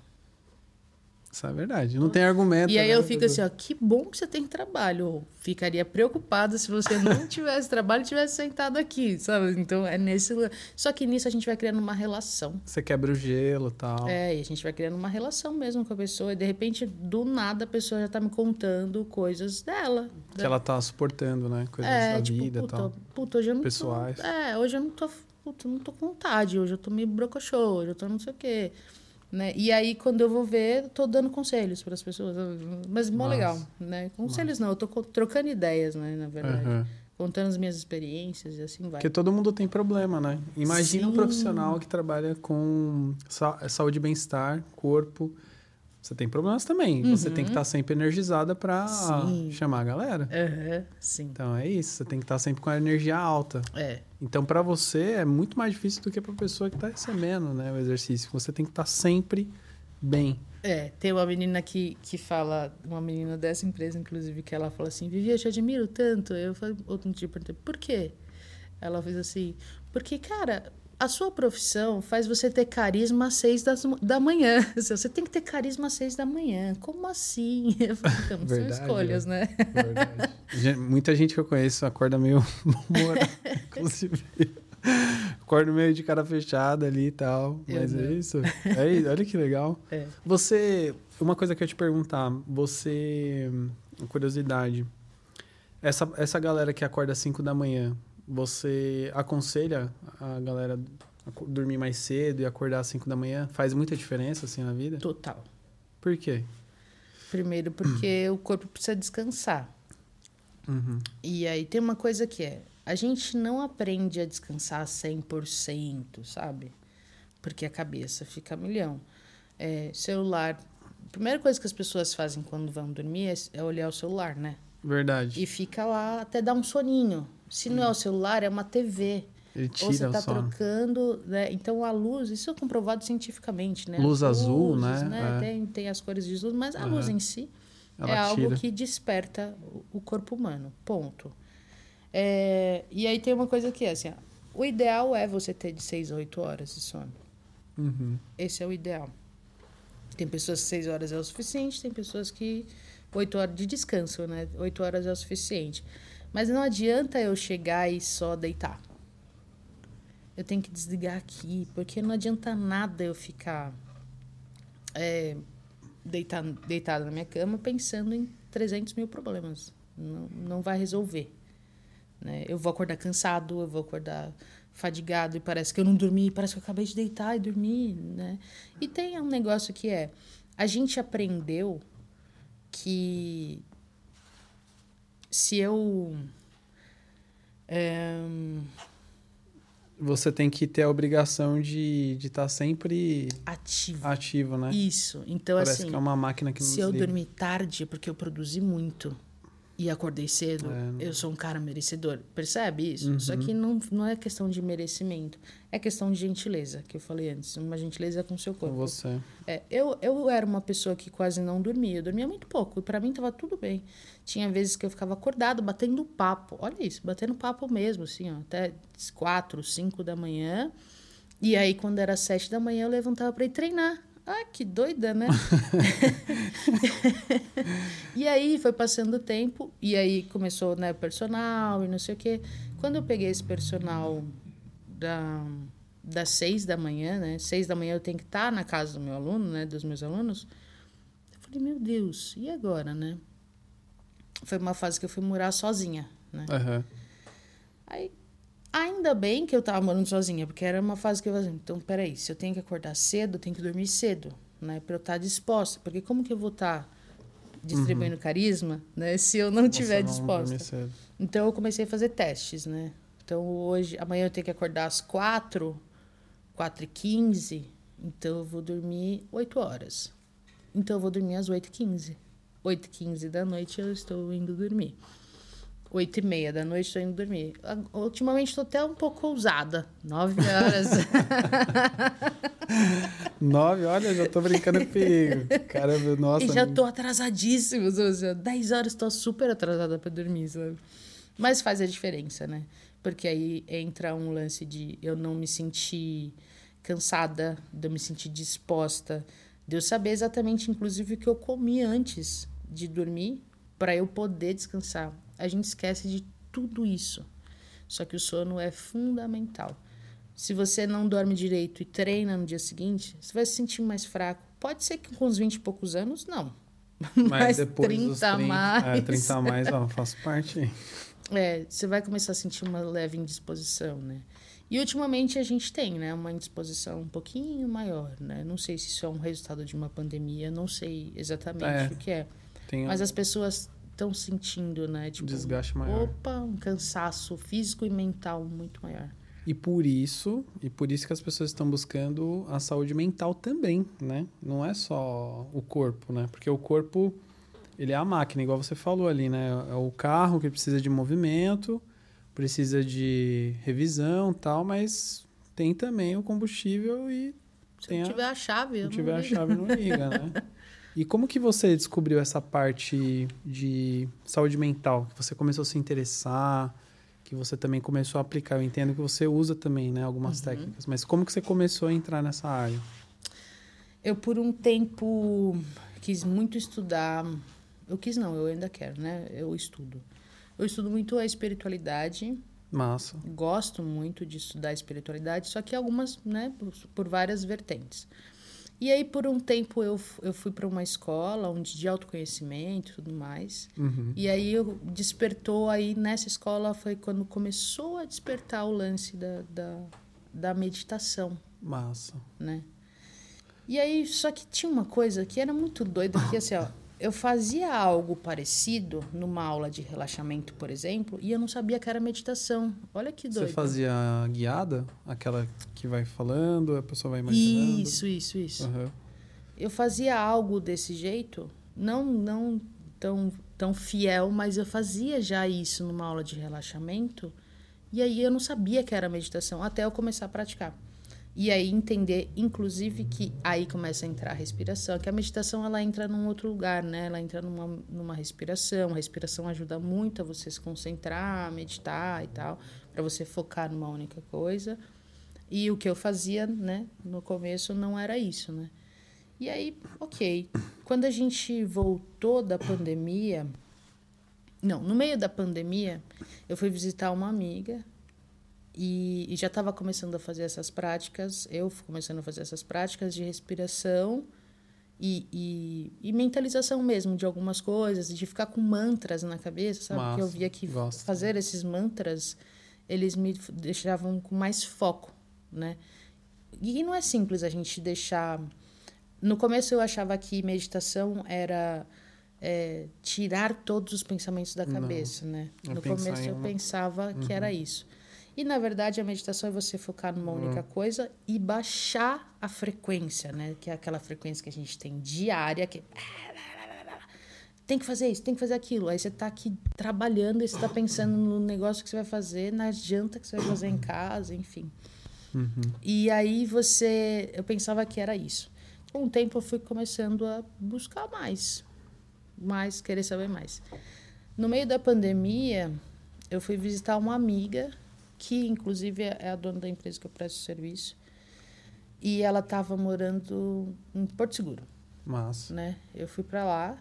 Isso é verdade. Não tem argumento. E aí né? eu fico assim, ó, que bom que você tem trabalho. Eu ficaria preocupada se você não tivesse trabalho e tivesse sentado aqui, sabe? Então é nesse lugar. Só que nisso a gente vai criando uma relação. Você quebra o gelo e tal. É, e a gente vai criando uma relação mesmo com a pessoa. E de repente, do nada, a pessoa já tá me contando coisas dela. Que da... ela tá suportando, né? Coisas é, da tipo, vida e puta, tal. Puta, hoje eu não pessoais. tô... É, hoje eu não tô... Puta, não tô com vontade. Hoje eu tô meio brocochô, hoje eu tô não sei o quê. Né? E aí, quando eu vou ver, eu tô dando conselhos para as pessoas. Mas mó legal, né? Conselhos Nossa. Não, eu tô trocando ideias, né? Na verdade. Uhum. Contando as minhas experiências e assim vai. Porque todo mundo tem problema, né? Imagina Sim. um profissional que trabalha com saúde e bem-estar, corpo. Você tem problemas também. Uhum. Você tem que estar sempre energizada para chamar a galera. Uhum. Sim. Então, é isso. Você tem que estar sempre com a energia alta. É. Então, para você, é muito mais difícil do que para a pessoa que está recebendo, né, o exercício. Você tem que estar sempre bem. É, tem uma menina que, que fala, uma menina dessa empresa, inclusive, que ela fala assim, Vivi, eu te admiro tanto. Eu falei, outro dia, perguntei, por quê? Ela fez assim, porque, cara... A sua profissão faz você ter carisma às seis das, da manhã. Você tem que ter carisma às seis da manhã. Como assim? Eu falo, então, Verdade, são escolhas, é. né? Verdade. Muita gente que eu conheço acorda meio mal-humorado, inclusive. Acorda meio de cara fechada ali e tal. Eu mas não. é isso. É isso. Olha que legal. É. Você... Uma coisa que eu ia te perguntar. Você... Curiosidade. Essa, essa galera que acorda às cinco da manhã... Você aconselha a galera a dormir mais cedo e acordar às cinco da manhã? Faz muita diferença, assim, na vida? Total. Por quê? Primeiro, porque o corpo precisa descansar. Uhum. E aí tem uma coisa que é... A gente não aprende a descansar cem por cento, sabe? Porque a cabeça fica a milhão. É, celular... A primeira coisa que as pessoas fazem quando vão dormir é, é olhar o celular, né? Verdade. E fica lá até dar um soninho. Se não é o celular, é uma T V. Ele tira Ou você está o sono. trocando... Né? Então, a luz... Isso é comprovado cientificamente, né? Luz as azul, luzes, né? né? É. Tem, tem as cores de luz, mas a uhum. luz em si Ela é algo tira. que desperta o corpo humano. Ponto. É, e aí tem uma coisa que é assim... Ó, o ideal é você ter de seis a oito horas de sono. Uhum. Esse é o ideal. Tem pessoas que seis horas é o suficiente, tem pessoas que oito horas de descanso, né? oito horas é o suficiente. Mas não adianta eu chegar e só deitar. Eu tenho que desligar aqui, porque não adianta nada eu ficar é, deitada, deitada na minha cama pensando em trezentos mil problemas. Não, não vai resolver. né? Eu vou acordar cansado, eu vou acordar fadigado e parece que eu não dormi, parece que eu acabei de deitar e dormir, né? E tem um negócio que é, a gente aprendeu que se eu... É, você tem que ter a obrigação de estar tá sempre ativo. ativo, né? Isso. Então, Parece assim, que é uma máquina que não se desliga. eu dormir tarde é porque eu produzi muito e acordei cedo, É. eu sou um cara merecedor. Percebe isso? Uhum. Só que não, não é questão de merecimento. É questão de gentileza, que eu falei antes. Uma gentileza com o seu corpo. Com você. É, eu, eu era uma pessoa que quase não dormia. Eu dormia muito pouco. E pra mim tava tudo bem. Tinha vezes que eu ficava acordado, batendo papo. Olha isso, batendo papo mesmo, assim, ó. Até quatro, cinco da manhã. E aí, quando era sete da manhã, eu levantava pra ir treinar. Ah, que doida, né? E aí foi passando o tempo, e aí começou, né, personal e não sei o quê. Quando eu peguei esse personal da, das seis da manhã, né? Seis da manhã eu tenho que estar na casa do meu aluno, né? Dos meus alunos. Eu falei, meu Deus, e agora, né? Foi uma fase que eu fui morar sozinha, né? Uhum. Aí, ainda bem que eu tava morando sozinha, porque era uma fase que eu falei, então, peraí, se eu tenho que acordar cedo, eu tenho que dormir cedo, né? Pra eu estar disposta. Porque como que eu vou estar distribuindo uhum. carisma, né? Se eu não estiver disposta. Então, eu comecei a fazer testes, né? Então, hoje, amanhã eu tenho que acordar às quatro, quatro e quinze, então eu vou dormir oito horas. Então, eu vou dormir às oito e quinze. oito e quinze da noite eu estou indo dormir. oito e meia da noite estou indo dormir. Ultimamente estou até um pouco ousada. nove horas. nove, olha, já estou brincando com perigo. Caramba, nossa. E já estou atrasadíssima. dez horas estou super atrasada para dormir, sabe? Mas faz a diferença, né? Porque aí entra um lance de eu não me sentir cansada, de eu me sentir disposta, de eu saber exatamente, inclusive, o que eu comi antes de dormir para eu poder descansar. A gente esquece de tudo isso. Só que o sono é fundamental. Se você não dorme direito e treina no dia seguinte, você vai se sentir mais fraco. Pode ser que com uns vinte e poucos anos, não. Mas, Mas depois trinta dos trinta, mais. É, trinta a mais, ó, faço parte aí. É, você vai começar a sentir uma leve indisposição, né? E ultimamente a gente tem, né, uma indisposição um pouquinho maior, né? Não sei se isso é um resultado de uma pandemia, não sei exatamente é, o que é. Mas um... as pessoas estão sentindo, né? Tipo, desgaste maior. Opa, um cansaço físico e mental muito maior. E por isso, e por isso que as pessoas estão buscando a saúde mental também, né? Não é só o corpo, né? Porque o corpo, ele é a máquina, igual você falou ali, né? É o carro que precisa de movimento, precisa de revisão e tal, mas tem também o combustível e... Se tem não tiver a, a chave, Se não não tiver liga. a chave, não liga, né? E como que você descobriu essa parte de saúde mental? Que você começou a se interessar, que você também começou a aplicar. Eu entendo que você usa também, né, algumas uhum. técnicas, mas como que você começou a entrar nessa área? Eu, por um tempo, quis muito estudar... Eu quis não, eu ainda quero, né? Eu estudo. Eu estudo muito a espiritualidade. Massa. Gosto muito de estudar a espiritualidade, só que algumas, né, por, por várias vertentes. E aí, por um tempo, eu, eu fui para uma escola onde de autoconhecimento e tudo mais. Uhum. E aí, eu despertou, aí nessa escola foi quando começou a despertar o lance da, da, da meditação. Massa. Né? E aí, só que tinha uma coisa que era muito doida, que assim, ó, eu fazia algo parecido numa aula de relaxamento, por exemplo, e eu não sabia que era meditação. Olha que doido. Você fazia guiada? Aquela que vai falando, a pessoa vai imaginando? Isso, isso, isso. Uhum. Eu fazia algo desse jeito, não, não tão, tão fiel, mas eu fazia já isso numa aula de relaxamento, e aí eu não sabia que era meditação, até eu começar a praticar. E aí entender, inclusive, que aí começa a entrar a respiração, que a meditação ela entra num outro lugar, né? Ela entra numa, numa respiração. A respiração ajuda muito a você se concentrar, meditar e tal, para você focar numa única coisa. E o que eu fazia, né, no começo não era isso, né? E aí, ok. Quando a gente voltou da pandemia... Não, no meio da pandemia, eu fui visitar uma amiga... E, e já estava começando a fazer essas práticas, eu fui começando a fazer essas práticas de respiração E, e, e mentalização mesmo de algumas coisas, de ficar com mantras na cabeça, sabe? Massa, Porque eu via que gosto. fazer esses mantras, eles me deixavam com mais foco, né? E não é simples a gente deixar... No começo eu achava que meditação era é, tirar todos os pensamentos da cabeça, não. né? No começo eu uma... pensava uhum. que era isso. E, na verdade, a meditação é você focar numa única uhum. coisa e baixar a frequência, né? Que é aquela frequência que a gente tem diária, que... Tem que fazer isso, tem que fazer aquilo. Aí você está aqui trabalhando e você está pensando no negócio que você vai fazer, na janta que você vai fazer em casa, enfim. Uhum. E aí você... Eu pensava que era isso. Com o tempo eu fui começando a buscar mais. Mais, querer saber mais. No meio da pandemia, eu fui visitar uma amiga... que, inclusive, é a dona da empresa que eu presto serviço. E ela estava morando em Porto Seguro. Massa. Né? Eu fui para lá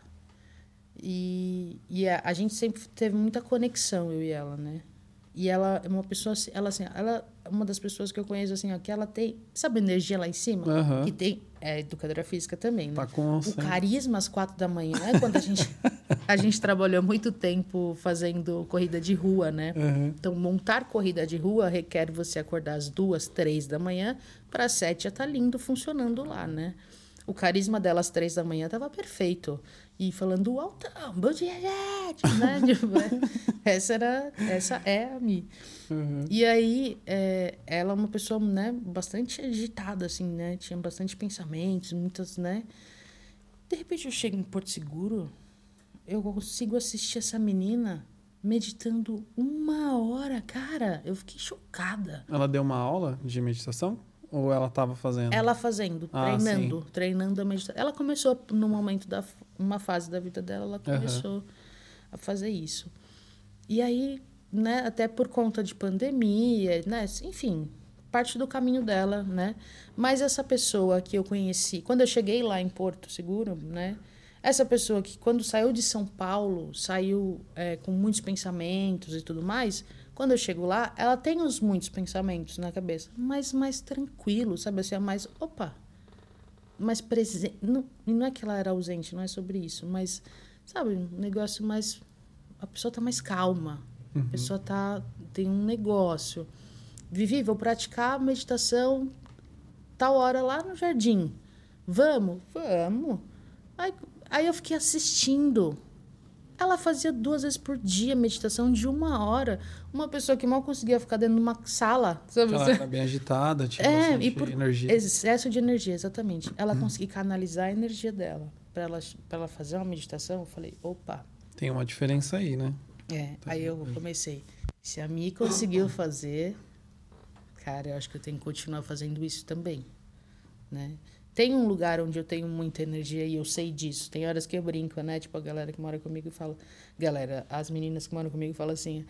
e, e a, a gente sempre teve muita conexão, eu e ela, né? E ela é uma pessoa... Ela, assim, ela é uma das pessoas que eu conheço, assim, ó, que ela tem... Sabe energia lá em cima? Uhum. Que tem... É educadora física também, né? Tá com o carisma às quatro da manhã, quando a gente... A gente trabalhou muito tempo fazendo corrida de rua, né? Uhum. Então, montar corrida de rua requer você acordar às duas, três da manhã, para as sete já tá lindo funcionando lá, né? O carisma dela às três da manhã tava perfeito. E falando altão, bom dia, gente! Né? essa, era, essa é a Mi. Uhum. E aí, é, ela é uma pessoa, né, bastante agitada, assim, né? Tinha bastante pensamentos, muitas, né? De repente, eu chego em Porto Seguro... Eu consigo assistir essa menina meditando uma hora. Cara, eu fiquei chocada. Ela deu uma aula de meditação? Ou ela estava fazendo? Ela fazendo, ah, treinando. Sim. Treinando a meditação. Ela começou, no momento da... Uma fase da vida dela, ela começou uhum. a fazer isso. E aí, né, até por conta de pandemia, né? Enfim, parte do caminho dela, né? Mas essa pessoa que eu conheci... Quando eu cheguei lá em Porto Seguro, né? Essa pessoa que, quando saiu de São Paulo, saiu é, com muitos pensamentos e tudo mais, quando eu chego lá, ela tem os muitos pensamentos na cabeça, mas mais tranquilo, sabe? Assim, mais, opa, mais presente. Não, não é que ela era ausente, não é sobre isso, mas, sabe, um negócio mais... A pessoa está mais calma, uhum. a pessoa tá, tem um negócio. Vivi, vou praticar meditação tal hora lá no jardim. Vamos? Vamos. Aí... Aí eu fiquei assistindo. Ela fazia duas vezes por dia meditação de uma hora. Uma pessoa que mal conseguia ficar dentro de uma sala. Sabe? Ela era bem agitada, tinha é, bastante e por energia. Excesso de energia, exatamente. Ela conseguia canalizar a energia dela. Para ela, para ela fazer uma meditação, eu falei, opa. Tem uma diferença aí, né? É, tá aí eu comecei. Se a Mi conseguiu fazer, cara, eu acho que eu tenho que continuar fazendo isso também, né? Tem um lugar onde eu tenho muita energia e eu sei disso. Tem horas que eu brinco, né? Tipo, a galera que mora comigo fala... Galera, as meninas que moram comigo falam assim...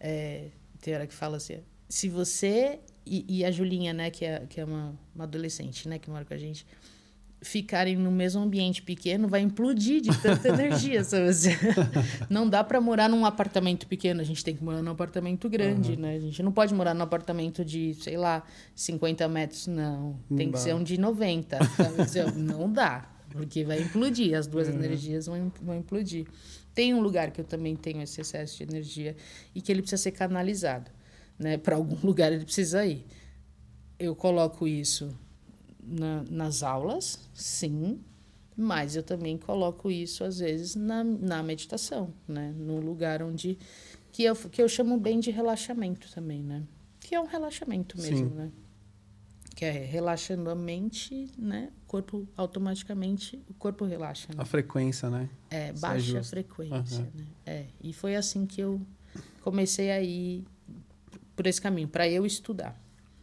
É, tem hora que fala assim... Se você e, e a Julinha, né? Que é, que é uma, uma adolescente, né? Que mora com a gente... Ficarem no mesmo ambiente pequeno, vai implodir de tanta energia, sabe? Não dá para morar num apartamento pequeno. A gente tem que morar num apartamento grande, uhum. né? A gente não pode morar num apartamento de, sei lá, cinquenta metros, não. Tem não que dá. Ser um de noventa, sabe? Não dá, porque vai implodir. As duas uhum. energias vão, vão implodir. Tem um lugar que eu também tenho esse excesso de energia e que ele precisa ser canalizado, né? Para algum lugar ele precisa ir. Eu coloco isso... Na, nas aulas, sim, mas eu também coloco isso, às vezes, na, na meditação, né? No lugar onde... Que eu, que eu chamo bem de relaxamento também, né? Que é um relaxamento mesmo, sim. né? Que é relaxando a mente, né? O corpo, automaticamente, o corpo relaxa. Né? A frequência, né? É, isso baixa é a frequência, uhum. né? É, e foi assim que eu comecei a ir por esse caminho, para eu estudar.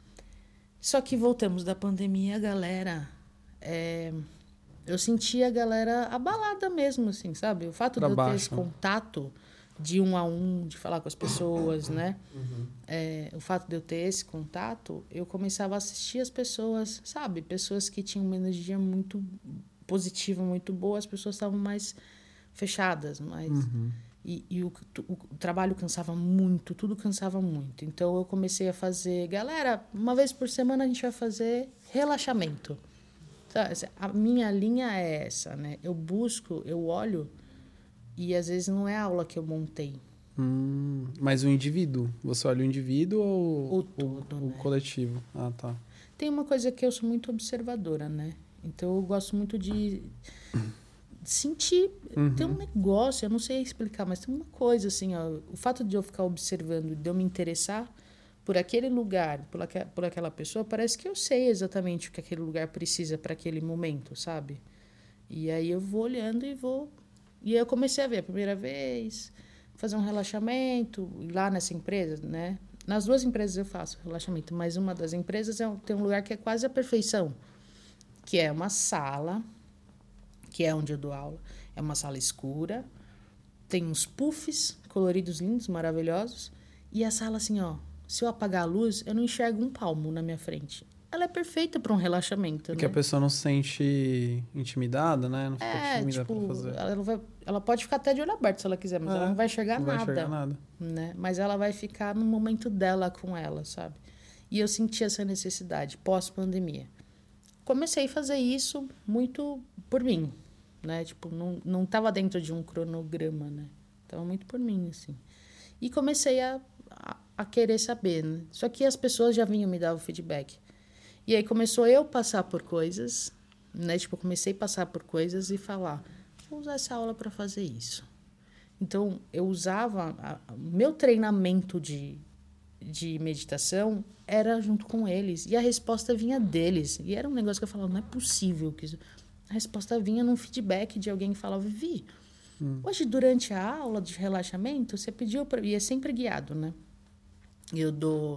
Só que voltamos da pandemia, a galera... É, eu senti a galera abalada mesmo, assim, sabe? O fato pra de eu baixo. ter esse contato de um a um, de falar com as pessoas, né? Uhum. É, o fato de eu ter esse contato, eu começava a assistir as pessoas, sabe? Pessoas que tinham uma energia muito positiva, muito boa. As pessoas estavam mais fechadas, mais... Uhum. E, e o, o, o trabalho cansava muito, tudo cansava muito. Então, eu comecei a fazer... Galera, uma vez por semana a gente vai fazer relaxamento. Tá, a minha linha é essa, né? Eu busco, eu olho e às vezes não é a aula que eu montei. Hum, mas o indivíduo, você olha o indivíduo ou O todo, o, o né? coletivo? Ah, tá. Tem uma coisa que eu sou muito observadora, né? Então eu gosto muito de sentir. Uhum. Tem um negócio, eu não sei explicar, mas tem uma coisa assim, ó, o fato de eu ficar observando, de eu me interessar por aquele lugar, por, aque, por aquela pessoa, parece que eu sei exatamente o que aquele lugar precisa para aquele momento, sabe? E aí eu vou olhando e vou. E aí eu comecei a ver a primeira vez, fazer um relaxamento lá nessa empresa, né? Nas duas empresas eu faço relaxamento, mas uma das empresas é, tem um lugar que é quase a perfeição, que é uma sala, que é onde eu dou aula. É uma sala escura, tem uns puffs coloridos lindos, maravilhosos, e a sala assim, ó, se eu apagar a luz, eu não enxergo um palmo na minha frente. Ela é perfeita para um relaxamento, Porque né? a pessoa não se sente intimidada, né? Não fica É, tímida tipo, pra fazer. ela, não vai, ela pode ficar até de olho aberto se ela quiser, mas É, ela não vai enxergar não vai nada. enxergar nada. Né? Mas ela vai ficar no momento dela com ela, sabe? E eu senti essa necessidade pós-pandemia. Comecei a fazer isso muito por mim, né? Tipo, não, não tava dentro de um cronograma, né? Tava muito por mim, assim. E comecei a, a, a querer saber, né? Só que as pessoas já vinham me dar o feedback. E aí começou eu passar por coisas, né? Tipo, eu comecei a passar por coisas e falar, vou usar essa aula para fazer isso. Então, eu usava... O meu treinamento de, de meditação era junto com eles. E a resposta vinha deles. E era um negócio que eu falava, não é possível que isso... A resposta vinha num feedback de alguém que falava, Vivi, hum. hoje durante a aula de relaxamento, você pediu para... E é sempre guiado, né? Eu dou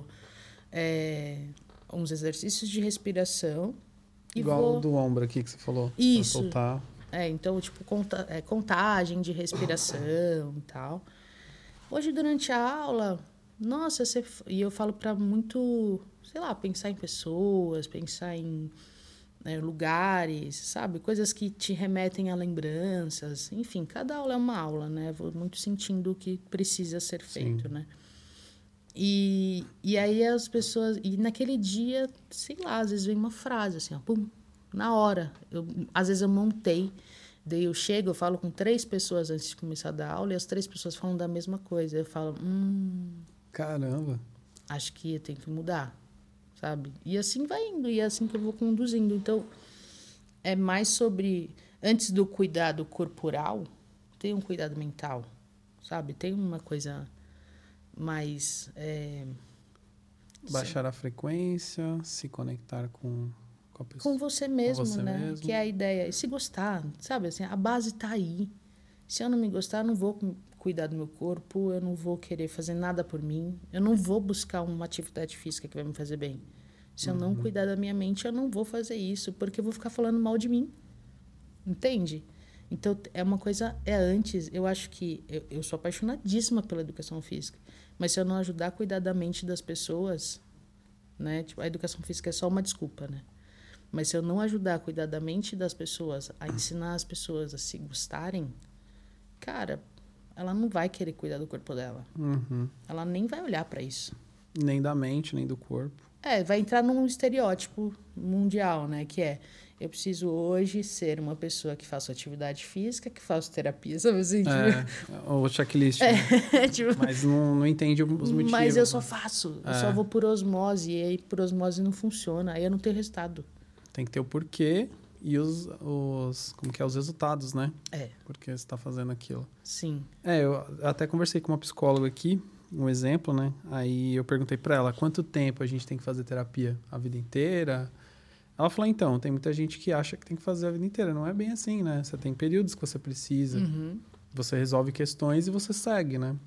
é, uns exercícios de respiração. E Igual vou... o do ombro aqui que você falou. Isso. Pra soltar. É, então, tipo, conta, é, contagem de respiração e tal. Hoje, durante a aula, nossa, você... E eu falo para muito, sei lá, pensar em pessoas, pensar em né, lugares, sabe? Coisas que te remetem a lembranças. Enfim, cada aula é uma aula, né? Vou muito sentindo o que precisa ser feito, Sim. né? E, e aí as pessoas... E naquele dia, sei lá, às vezes vem uma frase assim, ó, pum, na hora. Eu, às vezes eu montei, daí eu chego, eu falo com três pessoas antes de começar a dar aula e as três pessoas falam da mesma coisa. Eu falo, hum... Caramba! Acho que eu tenho que mudar, sabe? E assim vai indo, e é assim que eu vou conduzindo. Então, é mais sobre... Antes do cuidado corporal, tem um cuidado mental, sabe? Tem uma coisa mais... É, baixar sim. a frequência, se conectar com... Com você mesmo, com você né? mesmo. Que é a ideia. E se gostar, sabe? Assim, a base tá aí. Se eu não me gostar, eu não vou cuidar do meu corpo, eu não vou querer fazer nada por mim, eu não vou buscar uma atividade física que vai me fazer bem. Se eu não uhum. cuidar da minha mente, eu não vou fazer isso, porque eu vou ficar falando mal de mim. Entende? Então, é uma coisa... É antes, eu acho que... Eu, eu sou apaixonadíssima pela educação física, mas se eu não ajudar a cuidar da mente das pessoas, né? Tipo, a educação física é só uma desculpa, né? Mas se eu não ajudar a cuidar da mente das pessoas, a ensinar as pessoas a se gostarem, cara, ela não vai querer cuidar do corpo dela. Uhum. Ela nem vai olhar para isso. Nem da mente, nem do corpo. É, vai entrar num estereótipo mundial, né? Que é, eu preciso hoje ser uma pessoa que faça atividade física, que faça terapia, sabe assim? É, tipo... o checklist. É, né? tipo... Mas não, não entende os motivos. Mas eu só né? faço, é. eu só vou por osmose, e aí por osmose não funciona, aí eu não tenho resultado. Tem que ter o porquê e os, os, como que é, os resultados, né? É. Porque você está fazendo aquilo. Sim. É, eu até conversei com uma psicóloga aqui, um exemplo, né? Aí eu perguntei para ela, quanto tempo a gente tem que fazer terapia? A vida inteira? Ela falou, então, tem muita gente que acha que tem que fazer a vida inteira. Não é bem assim, né? Você tem períodos que você precisa. Uhum. Você resolve questões e você segue, né?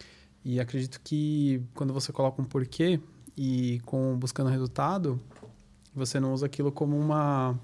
E acredito que quando você coloca um porquê e com buscando resultado... Você não usa aquilo como uma...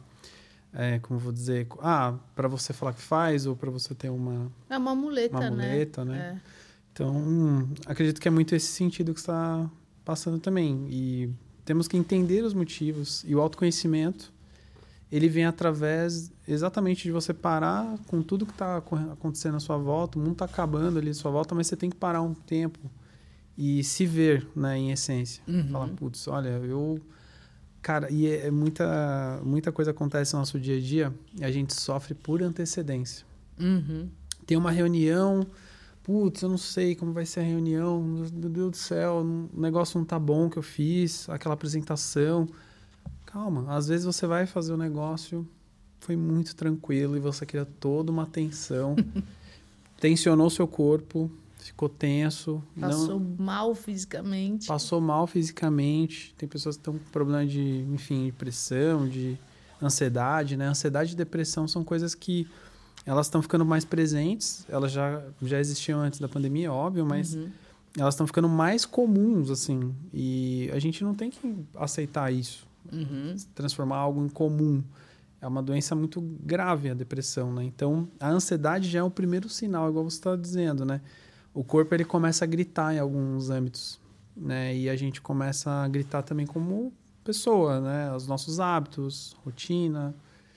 É, como eu vou dizer... Ah, para você falar que faz ou para você ter uma... É uma muleta, uma muleta, né? né? É. Então, hum, acredito que é muito esse sentido que você está passando também. E temos que entender os motivos. E o autoconhecimento, ele vem através exatamente de você parar com tudo que está acontecendo à sua volta. O mundo está acabando ali à sua volta, mas você tem que parar um tempo e se ver, né, em essência. Uhum. Falar, putz, olha, eu... Cara, e é muita, muita coisa acontece no nosso dia a dia e a gente sofre por antecedência. Uhum. Tem uma reunião, putz, eu não sei como vai ser a reunião, meu Deus do céu, o negócio não tá bom que eu fiz, aquela apresentação. Calma, às vezes você vai fazer o negócio, foi muito tranquilo e você cria toda uma tensão, tensionou seu corpo, ficou tenso. Passou não, mal fisicamente. Passou mal fisicamente. Tem pessoas que estão com problema de, enfim, de pressão, de ansiedade, né? Ansiedade e depressão são coisas que elas estão ficando mais presentes. Elas já, já existiam antes da pandemia, óbvio, mas Uhum. elas estão ficando mais comuns, assim. E a gente não tem que aceitar isso. Uhum. Transformar algo em comum. É uma doença muito grave, a depressão, né? Então, a ansiedade já é o primeiro sinal, igual você está dizendo, né? O corpo, ele começa a gritar em alguns âmbitos, né? E a gente começa a gritar também como pessoa, né? Os nossos hábitos, rotina.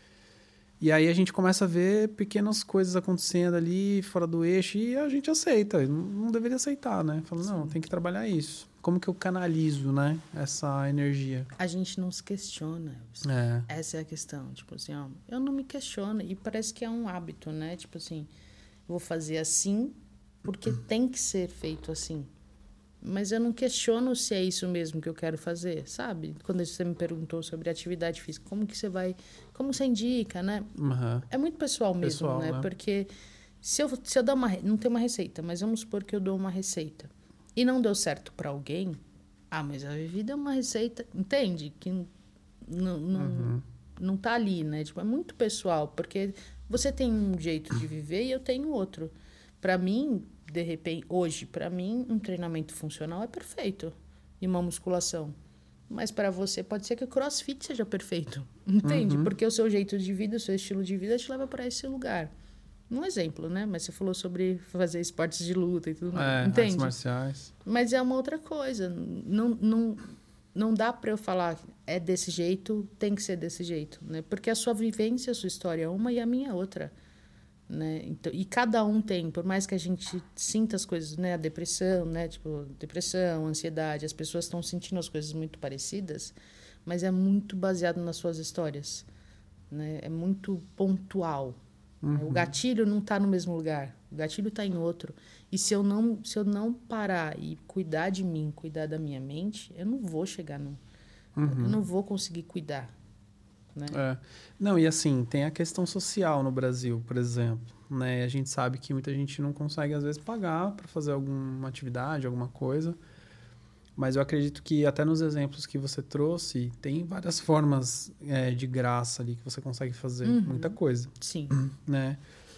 E aí a gente começa a ver pequenas coisas acontecendo ali, fora do eixo, e a gente aceita. Não, não deveria aceitar, né? Fala, não, tem que trabalhar isso. Como que eu canalizo, né? Essa energia. A gente não se questiona. É. Essa é a questão. Tipo assim, ó, eu não me questiono. E parece que é um hábito, né? Tipo assim, vou fazer assim porque tem que ser feito assim. Mas eu não questiono se é isso mesmo que eu quero fazer, sabe? Quando você me perguntou sobre atividade física, como que você vai... Como você indica, né? Uhum. É muito pessoal mesmo, Pessoal, né? né? Porque se eu, se eu dar uma... Não tem uma receita, mas vamos supor que eu dou uma receita. E não deu certo para alguém. Ah, mas a vida é uma receita... Entende? Que não, não, Uhum. não tá ali, né? Tipo, é muito pessoal. Porque você tem um jeito de viver e eu tenho outro. Para mim... De repente, hoje, para mim, um treinamento funcional é perfeito. E uma musculação. Mas para você, pode ser que o crossfit seja perfeito. Entende? Uhum. Porque o seu jeito de vida, o seu estilo de vida te leva para esse lugar. Um exemplo, né? Mas você falou sobre fazer esportes de luta e tudo mais. É, Entende? artes marciais. Mas é uma outra coisa. Não, não, não dá para eu falar é desse jeito, tem que ser desse jeito. Né? Porque a sua vivência, a sua história é uma e a minha é outra. Né? Então, e cada um tem, por mais que a gente sinta as coisas, né? A depressão, né? Tipo, depressão, ansiedade, as pessoas estão sentindo as coisas muito parecidas, mas é muito baseado nas suas histórias, né? É muito pontual. Uhum. Né? O gatilho não está no mesmo lugar, o gatilho está em outro. E se eu não, se eu não parar e cuidar de mim, cuidar da minha mente, eu não vou chegar no, Uhum. eu não vou conseguir cuidar. Né? É. Não, e assim, tem a questão social no Brasil, por exemplo, né? A gente sabe que muita gente não consegue, às vezes, pagar para fazer alguma atividade, alguma coisa, mas eu acredito que até nos exemplos que você trouxe, tem várias formas é, de graça ali que você consegue fazer Uhum. muita coisa. Sim. Né?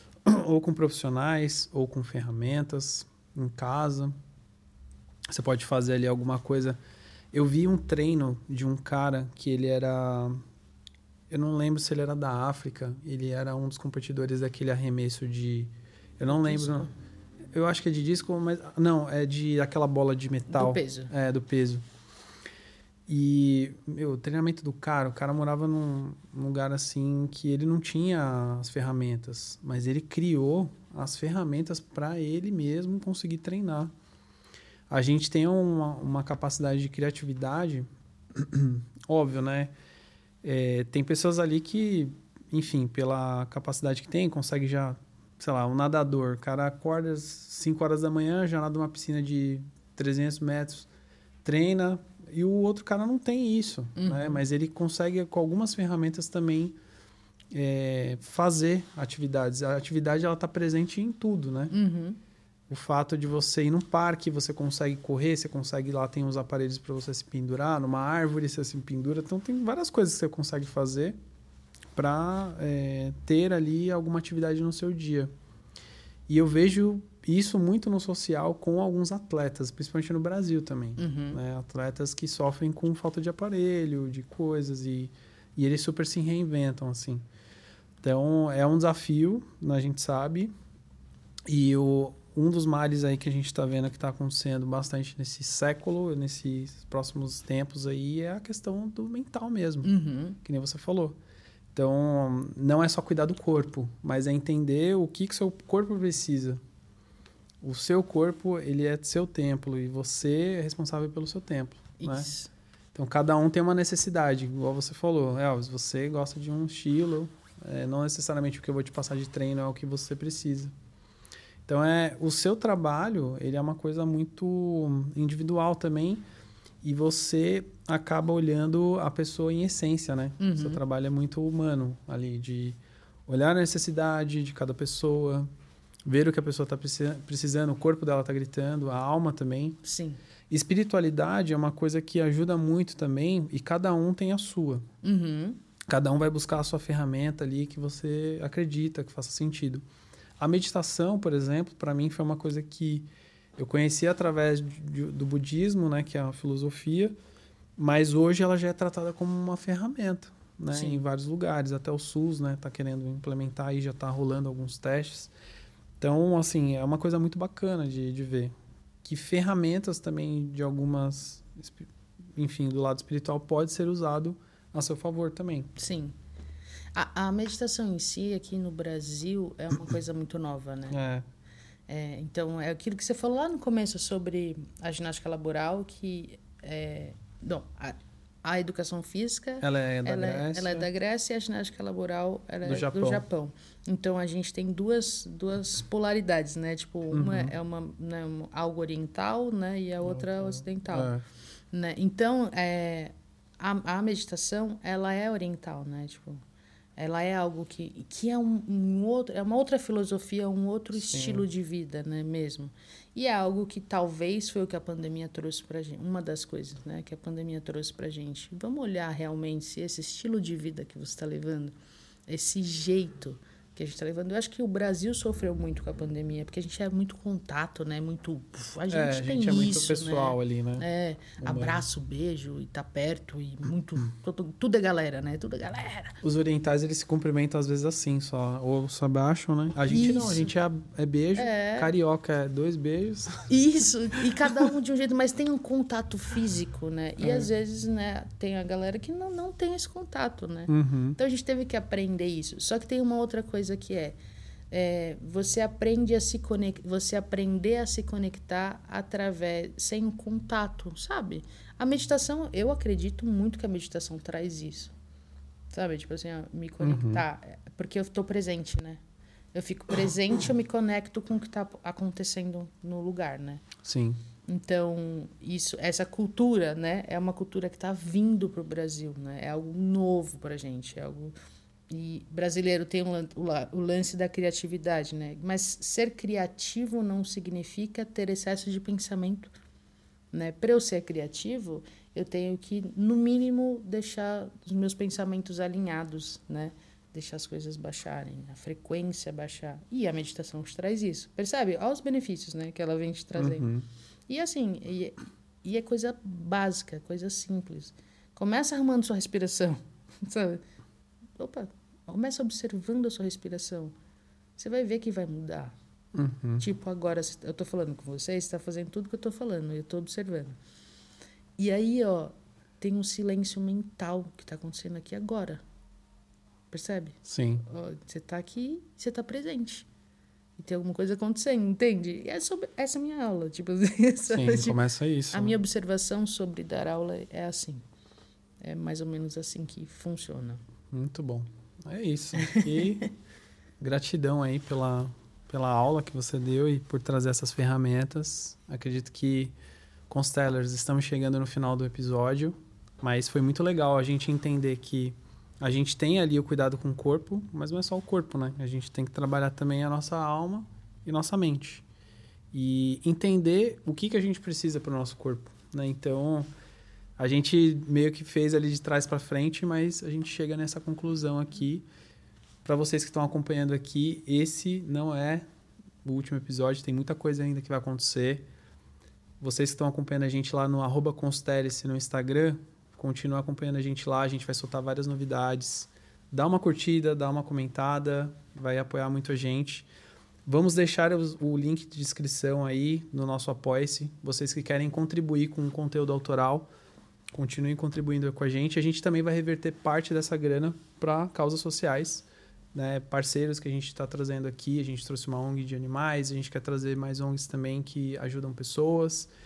Ou com profissionais, ou com ferramentas, em casa. Você pode fazer ali alguma coisa. Eu vi um treino de um cara que ele era... Eu não lembro se ele era da África. Ele era um dos competidores daquele arremesso de... Eu não lembro. Não. Eu acho que é de disco, mas... Não, é de aquela bola de metal. Do peso. É, do peso. E, meu, o treinamento do cara... O cara morava num, num lugar assim que ele não tinha as ferramentas. Mas ele criou as ferramentas para ele mesmo conseguir treinar. A gente tem uma, uma capacidade de criatividade... Óbvio, né? É, tem pessoas ali que, enfim, pela capacidade que tem, consegue já, sei lá, um nadador. O cara acorda às cinco horas da manhã, já nada numa piscina de trezentos metros, treina, e o outro cara não tem isso, uhum. né? Mas ele consegue, com algumas ferramentas também, é, fazer atividades. A atividade, ela está presente em tudo, né? Uhum. O fato de você ir num parque, você consegue correr, você consegue lá, tem uns aparelhos para você se pendurar, numa árvore você se pendura. Então, tem várias coisas que você consegue fazer para é, ter ali alguma atividade no seu dia. E eu vejo isso muito no social com alguns atletas, principalmente no Brasil também. Uhum. Né? Atletas que sofrem com falta de aparelho, de coisas, e, e eles super se reinventam, assim. Então, é um desafio, a gente sabe, e o... Um dos males aí que a gente está vendo que está acontecendo bastante nesse século, nesses próximos tempos aí, é a questão do mental mesmo, uhum. que nem você falou. Então, não é só cuidar do corpo, mas é entender o que que seu corpo precisa. O seu corpo, ele é seu templo e você é responsável pelo seu templo. Isso. Né? Então, cada um tem uma necessidade, igual você falou. Elvis, você gosta de um estilo, é, não necessariamente o que eu vou te passar de treino é o que você precisa. Então, é, o seu trabalho, ele é uma coisa muito individual também, e você acaba olhando a pessoa em essência, né? Uhum. O seu trabalho é muito humano ali, de olhar a necessidade de cada pessoa, ver o que a pessoa está precisando, o corpo dela está gritando, a alma também. Sim. Espiritualidade é uma coisa que ajuda muito também, e cada um tem a sua. Uhum. Cada um vai buscar a sua ferramenta ali que você acredita, que faça sentido. A meditação, por exemplo, para mim foi uma coisa que eu conheci através de, do budismo, né, que é a filosofia, mas hoje ela já é tratada como uma ferramenta, né, em vários lugares. Até o SUS, né, está querendo implementar e já está rolando alguns testes. Então, assim, é uma coisa muito bacana de, de ver. Que ferramentas também de algumas, enfim, do lado espiritual pode ser usado a seu favor também. Sim. A, a meditação em si, aqui no Brasil, é uma coisa muito nova, né? É. É, então, é aquilo que você falou lá no começo sobre a ginástica laboral, que é... Não, a, a educação física... Ela é da ela Grécia. É, ela é da Grécia e a ginástica laboral ela do, é Japão. do Japão. Então, a gente tem duas, duas polaridades, né? Tipo, uma Uhum. é uma, né, algo oriental, né? E a outra Uhum. ocidental. É. Né? Então, é, a, a meditação, ela é oriental, né? Tipo... Ela é algo que, que é, um, um outro, é uma outra filosofia, um outro Sim. estilo de vida, né, mesmo. E é algo que talvez foi o que a pandemia trouxe para a gente. Uma das coisas, né, que a pandemia trouxe para a gente. Vamos olhar realmente se esse estilo de vida que você está levando, esse jeito que a gente está levando. Eu acho que o Brasil sofreu muito com a pandemia, porque a gente é muito contato, né? Muito. A gente, É, a tem gente é isso, muito pessoal né? ali, né? É, Humano. abraço, beijo e tá perto e muito. Tudo, tudo é galera, né? Tudo é galera. Os orientais, eles se cumprimentam às vezes assim, só. Ou só abaixam, né? A gente Isso. não, a gente é, é beijo. É. Carioca é dois beijos. Isso, e cada um de um jeito, mas tem um contato físico, né? E É. às vezes, né, tem a galera que não, não tem esse contato, né? Uhum. Então a gente teve que aprender isso. Só que tem uma outra coisa que é, é você aprende a se conectar, você aprender a se conectar através, sem contato, sabe? A meditação, eu acredito muito que a meditação traz isso. Sabe? Tipo assim, ó, me conectar. Uhum. Porque eu estou presente, né? Eu fico presente, eu me conecto com o que está acontecendo no lugar, né? Sim. Então, isso, essa cultura, né? É uma cultura que está vindo para o Brasil, né? É algo novo para a gente, é algo... E brasileiro tem um, o, o lance da criatividade, né? Mas ser criativo não significa ter excesso de pensamento, né? Para eu ser criativo, eu tenho que, no mínimo, deixar os meus pensamentos alinhados, né? Deixar as coisas baixarem, a frequência baixar. E a meditação te traz isso. Percebe? Olha os benefícios, né? Que ela vem te trazendo. Uhum. E assim, e, e é coisa básica, coisa simples. Começa arrumando sua respiração, sabe? Opa, começa observando a sua respiração. Você vai ver que vai mudar. Uhum. Tipo, agora eu tô falando com você, você está fazendo tudo que eu tô falando, eu tô observando. E aí, ó, tem um silêncio mental que tá acontecendo aqui agora. Percebe? Sim. Ó, você tá aqui, você tá presente. E tem alguma coisa acontecendo, entende? E é sobre essa é a minha aula. Tipo, Sim, tipo, começa isso. A minha observação sobre dar aula é assim. É mais ou menos assim que funciona. Muito bom. É isso. E gratidão aí pela, pela aula que você deu e por trazer essas ferramentas. Acredito que, Constellers, estamos chegando no final do episódio, mas foi muito legal a gente entender que a gente tem ali o cuidado com o corpo, mas não é só o corpo, né? A gente tem que trabalhar também a nossa alma e nossa mente. E entender o que, que a gente precisa para o nosso corpo, né? Então, a gente meio que fez ali de trás para frente, mas a gente chega nessa conclusão aqui. Para vocês que estão acompanhando aqui, esse não é o último episódio, tem muita coisa ainda que vai acontecer. Vocês que estão acompanhando a gente lá no arroba Constellice no Instagram, continua acompanhando a gente lá, a gente vai soltar várias novidades. Dá uma curtida, dá uma comentada, vai apoiar muito a gente. Vamos deixar os, o link de inscrição aí no nosso Apoia-se. Vocês que querem contribuir com o conteúdo autoral, continuem contribuindo com a gente. A gente também vai reverter parte dessa grana para causas sociais, né? Parceiros que a gente está trazendo aqui. A gente trouxe uma O N G de animais, a gente quer trazer mais O N Gs também que ajudam pessoas.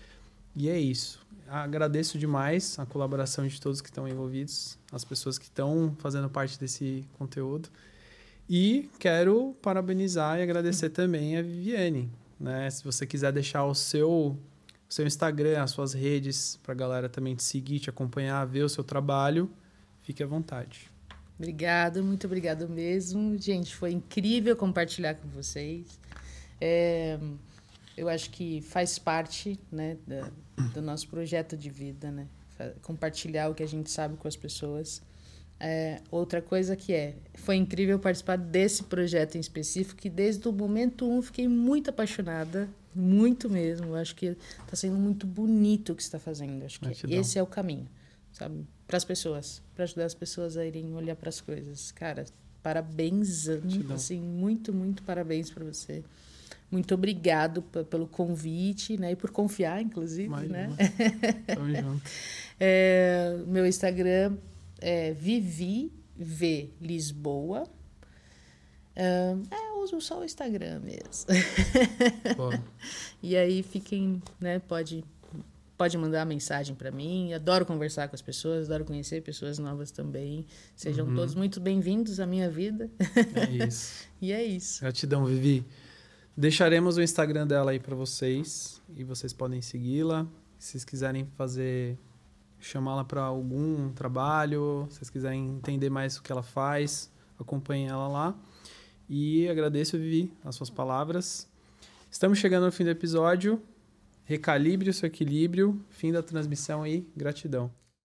E é isso. Agradeço demais a colaboração de todos que estão envolvidos, as pessoas que estão fazendo parte desse conteúdo. E quero parabenizar e agradecer também a Viviane, né? Se você quiser deixar o seu, o seu Instagram, as suas redes, para a galera também te seguir, te acompanhar, ver o seu trabalho, fique à vontade. Obrigado, muito obrigado mesmo. Gente, foi incrível compartilhar com vocês. É, eu acho que faz parte, né, da, do nosso projeto de vida, né? Compartilhar o que a gente sabe com as pessoas. É, outra coisa que é, foi incrível participar desse projeto em específico, que desde o momento um fiquei muito apaixonada, muito mesmo. Eu acho que está sendo muito bonito o que você está fazendo. Acho que Gratidão. esse é o caminho, sabe? Para as pessoas, para ajudar as pessoas a irem olhar para as coisas. Cara, parabéns, assim, muito, muito parabéns para você. Muito obrigado p- pelo convite, né? E por confiar, inclusive, Imagina. né? Tamo junto. É, meu Instagram é Vivi V Lisboa. É, eu uso só o Instagram mesmo. Pô, E aí fiquem, né? Pode, pode mandar mensagem para mim. Adoro conversar com as pessoas, adoro conhecer pessoas novas também. Sejam Uhum. todos muito bem-vindos à minha vida. é isso. E é isso. Gratidão, Vivi. Deixaremos o Instagram dela aí para vocês e vocês podem segui-la. Se vocês quiserem fazer, chamá-la para algum trabalho, se vocês quiserem entender mais o que ela faz, acompanhem ela lá. E agradeço, Vivi, as suas palavras. Estamos chegando ao fim do episódio. Recalibre o seu equilíbrio. Fim da transmissão aí. Gratidão.